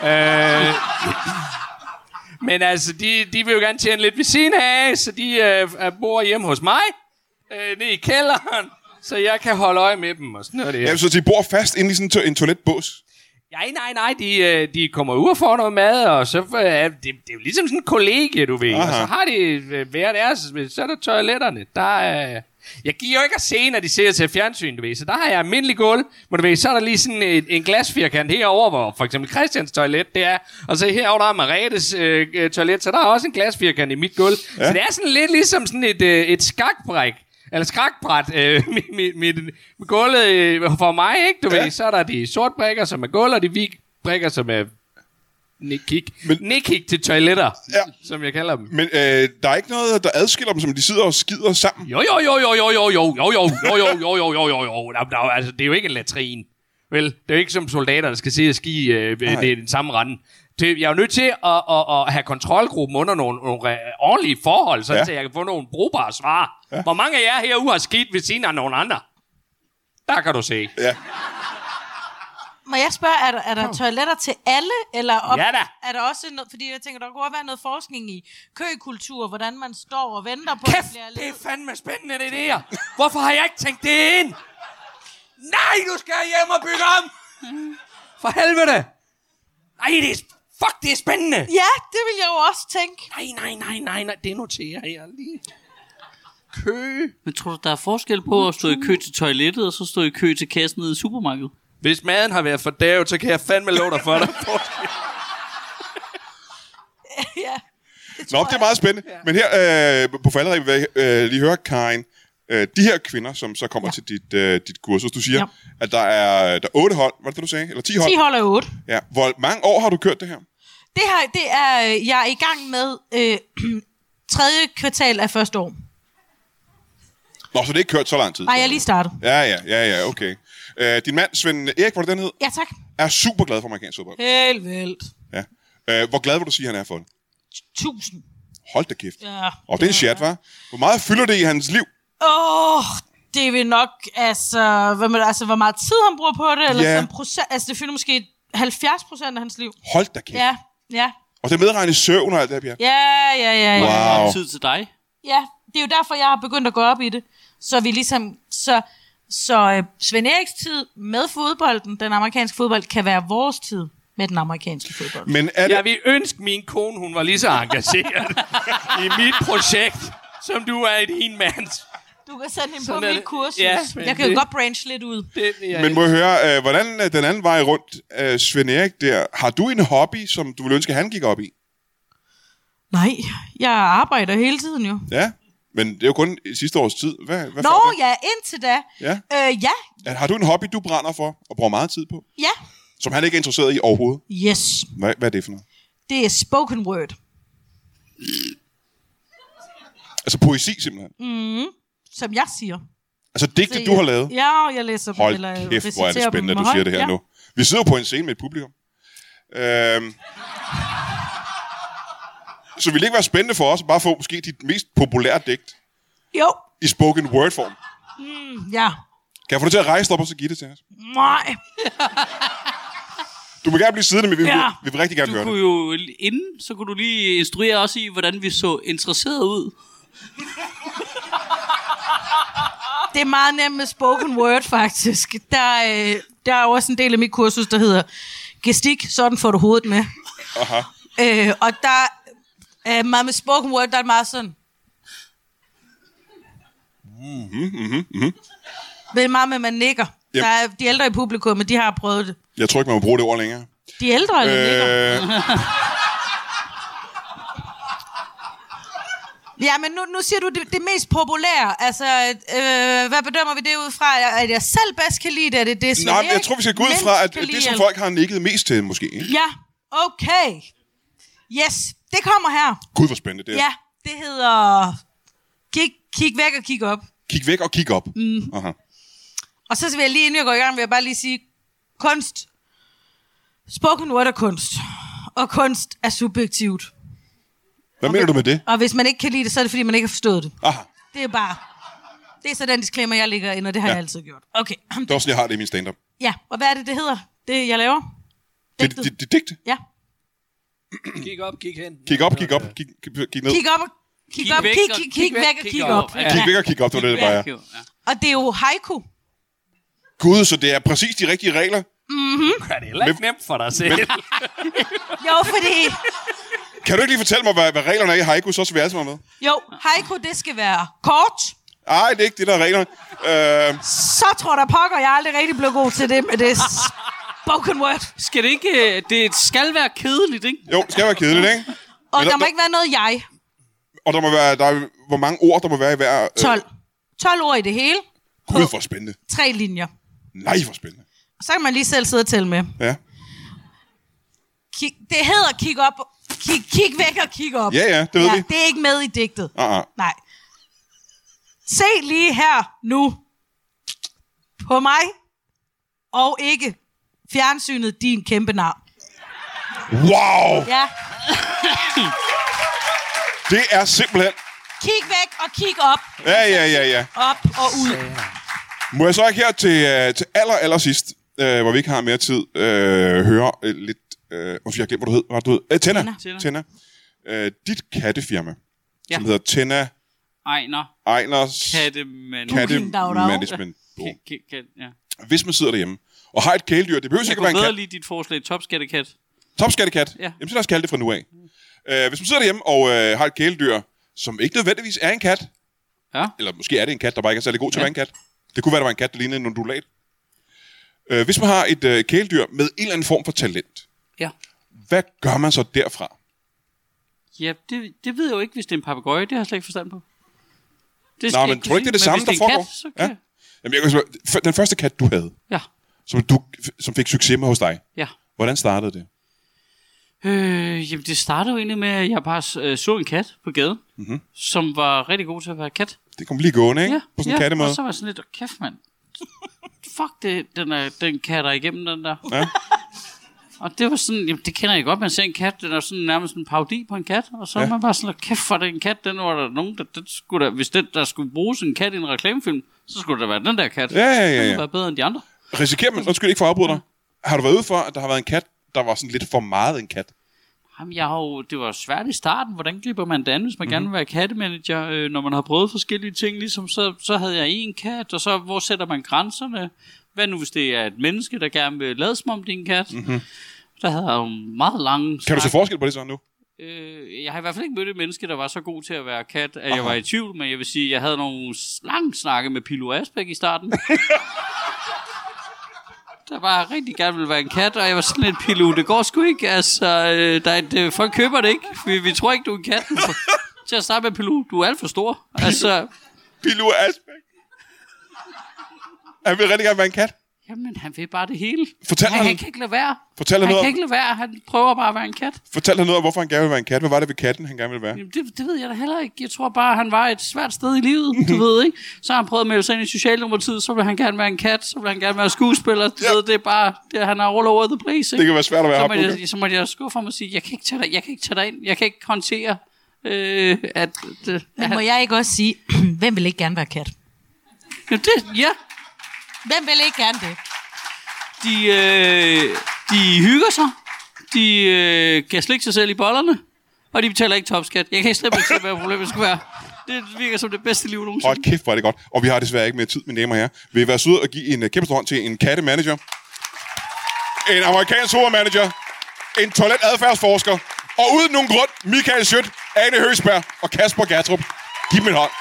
Men altså, de vil jo gerne tjene lidt ved siden af, så de bor hjemme hos mig, nede i kælderen, så jeg kan holde øje med dem og sådan noget. Ja, så de bor fast inde i sådan en toiletbås? Nej, de kommer ud og får noget mad, og så det er jo ligesom sådan en kollegie, du ved. Aha. Og så har de hver deres, så er der toiletterne, jeg giver jo ikke at se, når de ser til fjernsyn, du ved. Så der har jeg almindelig gulv, men du ved, så er der lige sådan en glasfirkant herover, hvor for eksempel Christians toilet, det er. Og så herovre, der er Maretes toilet, så der er også en glasfirkant i mit gulv. Ja. Så det er sådan lidt ligesom sådan et skakbræk. Eller skakbræt, mit gulvet for mig, ikke, du ved. Så er der de sorte brækker, som er gulv, og de hvide brækker, som er Nick til toiletter, som jeg kalder dem. Men der er ikke noget, der adskiller dem, som de sidder og skider sammen? Jo. Altså, det er jo ikke en latrin. Vel, det er jo ikke som soldater, der skal sidde og ski det er den samme rende. Jeg er jo nødt til at have kontrolgruppen under nogle ordentlige forhold, så jeg kan få nogle brugbare svar. Ja. Hvor mange af jer herude har skidt ved siden af nogle andre? Der kan du se. Ja. Må jeg spørge, er der toiletter til alle? Eller ja da. Er der også noget, fordi jeg tænker, der kunne være noget forskning i køkultur, hvordan man står og venter på... Kæft, det er fandme spændende, det der. Hvorfor har jeg ikke tænkt det ind? Nej, du skal hjem og bygge om! For helvede! Nej, det er spændende! Ja, det vil jeg jo også tænke. Nej, det noterer jeg lige. Kø. Men tror du, der er forskel på at stå i kø til toilettet, og så stå i kø til kassen nede i supermarkedet? Hvis maden har været fordævet, så kan jeg fandme love dig for dig. Ja. Det er meget spændende. Ja. Men her på falderæbet vil jeg lige høre, Karin. De her kvinder, som så kommer til dit kursus, du siger, at der er 8 hold, var det du sagde? Eller 10 hold? 10 hold er 8. Ja. Hvor mange år har du kørt det her? Jeg er i gang med 3. kvartal af første år. Nå, så det er ikke kørt så lang tid? Nej, jeg er lige startet. Ja, okay. Din mand, Svend Erik, var det den hed? Ja, tak. Er super glad for amerikansk fodbold. Helt vildt. Ja. Hvor glad vil du sige, han er for det? 1000. Hold da kæft. Ja. Og det er en chat, hva'? Hvor meget fylder det i hans liv? Det vil nok, hvor meget tid han bruger på det, eller sådan procent, det fylder måske 70% af hans liv. Hold da kæft. Ja. Og det er medregnet søvn og alt det her, Ja. Wow. Tid til dig. Ja, det er jo derfor, jeg har begyndt at gå op i det. Så vi ligesom, så Svend Eriks tid med fodbolden, den amerikanske fodbold, kan være vores tid med den amerikanske fodbold. Men er det... Jeg vil ønske min kone, hun var lige så engageret i mit projekt, som du er i din mands. Du kan sende hende på mit kursus. Ja, jeg kan jo godt branche lidt ud. Men må jeg høre, hvordan den anden vej rundt, Svend Erik der, har du en hobby, som du ville ønske, han gik op i? Nej, jeg arbejder hele tiden jo. Ja, men det er jo kun i sidste års tid. Hvad Nå, ja, indtil da. Ja. Ja. Har du en hobby, du brænder for og bruger meget tid på? Ja. Som han ikke er interesseret i overhovedet? Yes. Hvad er det for noget? Det er spoken word. Altså poesi simpelthen? Som jeg siger. Altså digte, du har lavet? Ja, jeg læser dem. Hold kæft, hvor er det spændende, at du siger det her nu. Vi sidder på en scene med et publikum. Så ville det ikke være spændende for os at bare få måske dit mest populære digt? Jo. I spoken word form? Ja. Kan jeg få dig til at rejse op og så give det til os? Nej. Du må gerne blive siddende, men vi vil rigtig gerne gøre det. Du kunne jo inden, så kunne du lige instruere os i, hvordan vi så interesseret ud. Det er meget nemt med spoken word, faktisk. Der er jo også en del af mit kursus, der hedder gestik, sådan får du hovedet med. Aha. Og der er meget med spoken word, der er meget sådan. Det er meget med, man nikker. Yep. Der er de ældre i publikum, men de har prøvet det. Jeg tror ikke, man må bruge det ord længere. De ældre eller nikker? Ja, men nu siger du det mest populære. Altså, hvad bedømmer vi det ud fra? At jeg selv bedst kan lide det? Er det Nej, jeg tror, vi skal gå ud fra, at det, som folk har nikket mest til, måske. Ikke? Ja, okay. Yes, det kommer her. Gud, hvor spændende det er. Ja, det hedder kig væk og kig op. Kig væk og kig op. Aha. Og så vil jeg lige, inden jeg går i gang, vil jeg bare lige sige, kunst. Spoken word er kunst. Og kunst er subjektivt. Hvad mener du med det? Og hvis man ikke kan lide det, så er det, fordi man ikke har forstået det. Aha. Det er så den disclaimer, jeg ligger ind, og det har jeg altid gjort. Okay. Det er også, jeg har det i min stand-up. Ja, og hvad er det hedder? Det, jeg laver? Det digte? Ja. Kig op, kig hen. Kig op, kig ned. Kig op, kig op, kig væk og kig op. Ja. Kig væk og kig op, det var det bare er. Og det er jo haiku. Gud, så det er præcis de rigtige regler? Er det heller ikke nemt for dig selv? Jo, fordi... Kan du ikke lige fortælle mig, hvad reglerne er i haiku, så vi alle sammen med? Jo, haiku, det skal være kort. Ej, det er ikke det, der er reglerne. Så tror der pokker, jeg aldrig rigtig blev god til det med det spoken word. Skal det ikke... Det skal være kedeligt, ikke? Jo, det skal være kedeligt, ikke? Og der må ikke være noget jeg. Og der må være... hvor mange ord, der må være i hver... 12. 12 ord i det hele. Gud, hvor spændende. 3 linjer. Nej, hvor spændende. Så kan man lige selv sidde og tælle med. Ja. Det hedder kig op... Kig væk og kig op. Ja, det ved vi. Det er ikke med i digtet. Nej. Se lige her nu. På mig. Og ikke fjernsynet, din kæmpe nar. Wow! Ja. Det er simpelthen... Kig væk og kig op. Ja. Op og ud. Må jeg så ikke her til aller sidst, hvor vi ikke har mere tid, høre lidt... jeg har glemt, hvad du hed. Tenna. Dit kattefirma, som hedder Tenna... Ejners... Kattemanagement. Ja. Hvis man sidder derhjemme og har et kæledyr, det behøver ikke være en kat. Jeg kunne bedre lide dit forslag, topskattekat. Topskattekat? Ja. Jamen, så lad os kalde det fra nu af. Hvis man sidder derhjemme og har et kæledyr, som ikke nødvendigvis er en kat, eller måske er det en kat, der bare ikke er særlig god til at være en kat. Det kunne være, der var en kat, der lignede en undulat. Hvis man har et kæledyr med en eller anden form for talent, hvad gør man så derfra? Ja, det ved jeg jo ikke, hvis det er en papegøje. Det har jeg slet ikke forstand på. Men tror du ikke, det er det samme, der foregår? Ja. Jamen, den første kat, du havde, som fik succes med hos dig, hvordan startede det? Jamen, det startede jo egentlig med, at jeg bare så en kat på gaden, som var rigtig god til at være kat. Det kom lige gående, ikke? Ja, på sådan en kattemåde. Og så var jeg sådan lidt, kæft mand. Fuck, den kat er igennem den der. Ja. Og det var sådan, jamen, det kender jeg godt, man ser en kat, den er sådan nærmest en parodi på en kat, og så er man bare sådan, kæft for det en kat, den var der nogen, hvis der skulle bruges en kat i en reklamefilm, så skulle der være den der kat. Ja. Den var bedre end de andre. Risikerer man, undskyld ikke for at afbryde dig, har du været ude for, at der har været en kat, der var sådan lidt for meget en kat? Jamen, det var svært i starten, hvordan griber man det an, hvis man gerne vil være kattemanager, når man har prøvet forskellige ting, ligesom så havde jeg en kat, og så hvor sætter man grænserne? Hvad nu, hvis det er et menneske, der gerne vil lade som om det er en kat? Der havde jeg jo meget lange... Kan du se forskel på det så nu? Jeg har i hvert fald ikke mødt et menneske, der var så god til at være kat, at jeg var i tvivl, men jeg vil sige, at jeg havde nogle lange snakke med Pilo Asbæk i starten. Der var rigtig gerne ville være en kat, og jeg var sådan lidt, Pilo, det går sgu ikke, altså, folk køber det ikke, vi tror ikke, du er en kat. Til at starte med, Pilo, du er alt for stor. Altså... Pilo Asbæk? Han vil rigtig gerne være en kat. Jamen, han vil bare det hele. Han kan ikke lade være. Han kan ikke lade være. Han prøver bare at være en kat. Fortæl dig noget om, hvorfor han gerne vil være en kat. Hvad var det ved katten, han gerne ville være? Jamen, det ved jeg da heller ikke. Jeg tror bare, han var et svært sted i livet. Du ved ikke. Så har han prøvet at melde sig ind i Socialdemokratiet. Så vil han gerne være en kat. Så vil han gerne være skuespiller. Du ved, det er bare... han er all over the place. Ikke? Det kan være svært at være så måtte jeg skuffe ham og sige, jeg kan ikke tage dig ind. Jeg kan ikke håndtere, Men må jeg ikke også sige, hvem vil ikke gerne være kat? Ja. Hvem vil ikke gerne det? De hygger sig. De kan slikke sig selv i bollerne. Og de betaler ikke topskat. Jeg kan slet ikke se, hvad problemet skulle være. Det virker som det bedste liv nogensinde. Hold kæft, hvor er det godt. Og vi har desværre ikke mere tid, mine damer og herrer. Vil I være søde og give en kæmpe stor hånd til en kattemanager, en amerikansk supermanager, en toiletadfærdsforsker, og uden nogen grund, Michael Schødt, Ane Høgsberg og Kasper Gattrup. Giv dem en hånd.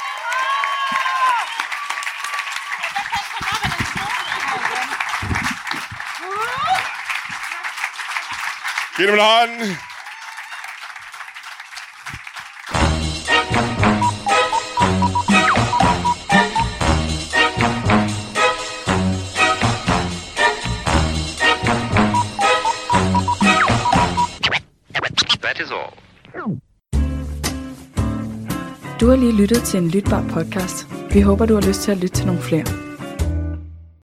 Giv dem en hånd. That is all. Du har lige lyttet til en lytbar podcast. Vi håber, du har lyst til at lytte til nogle flere.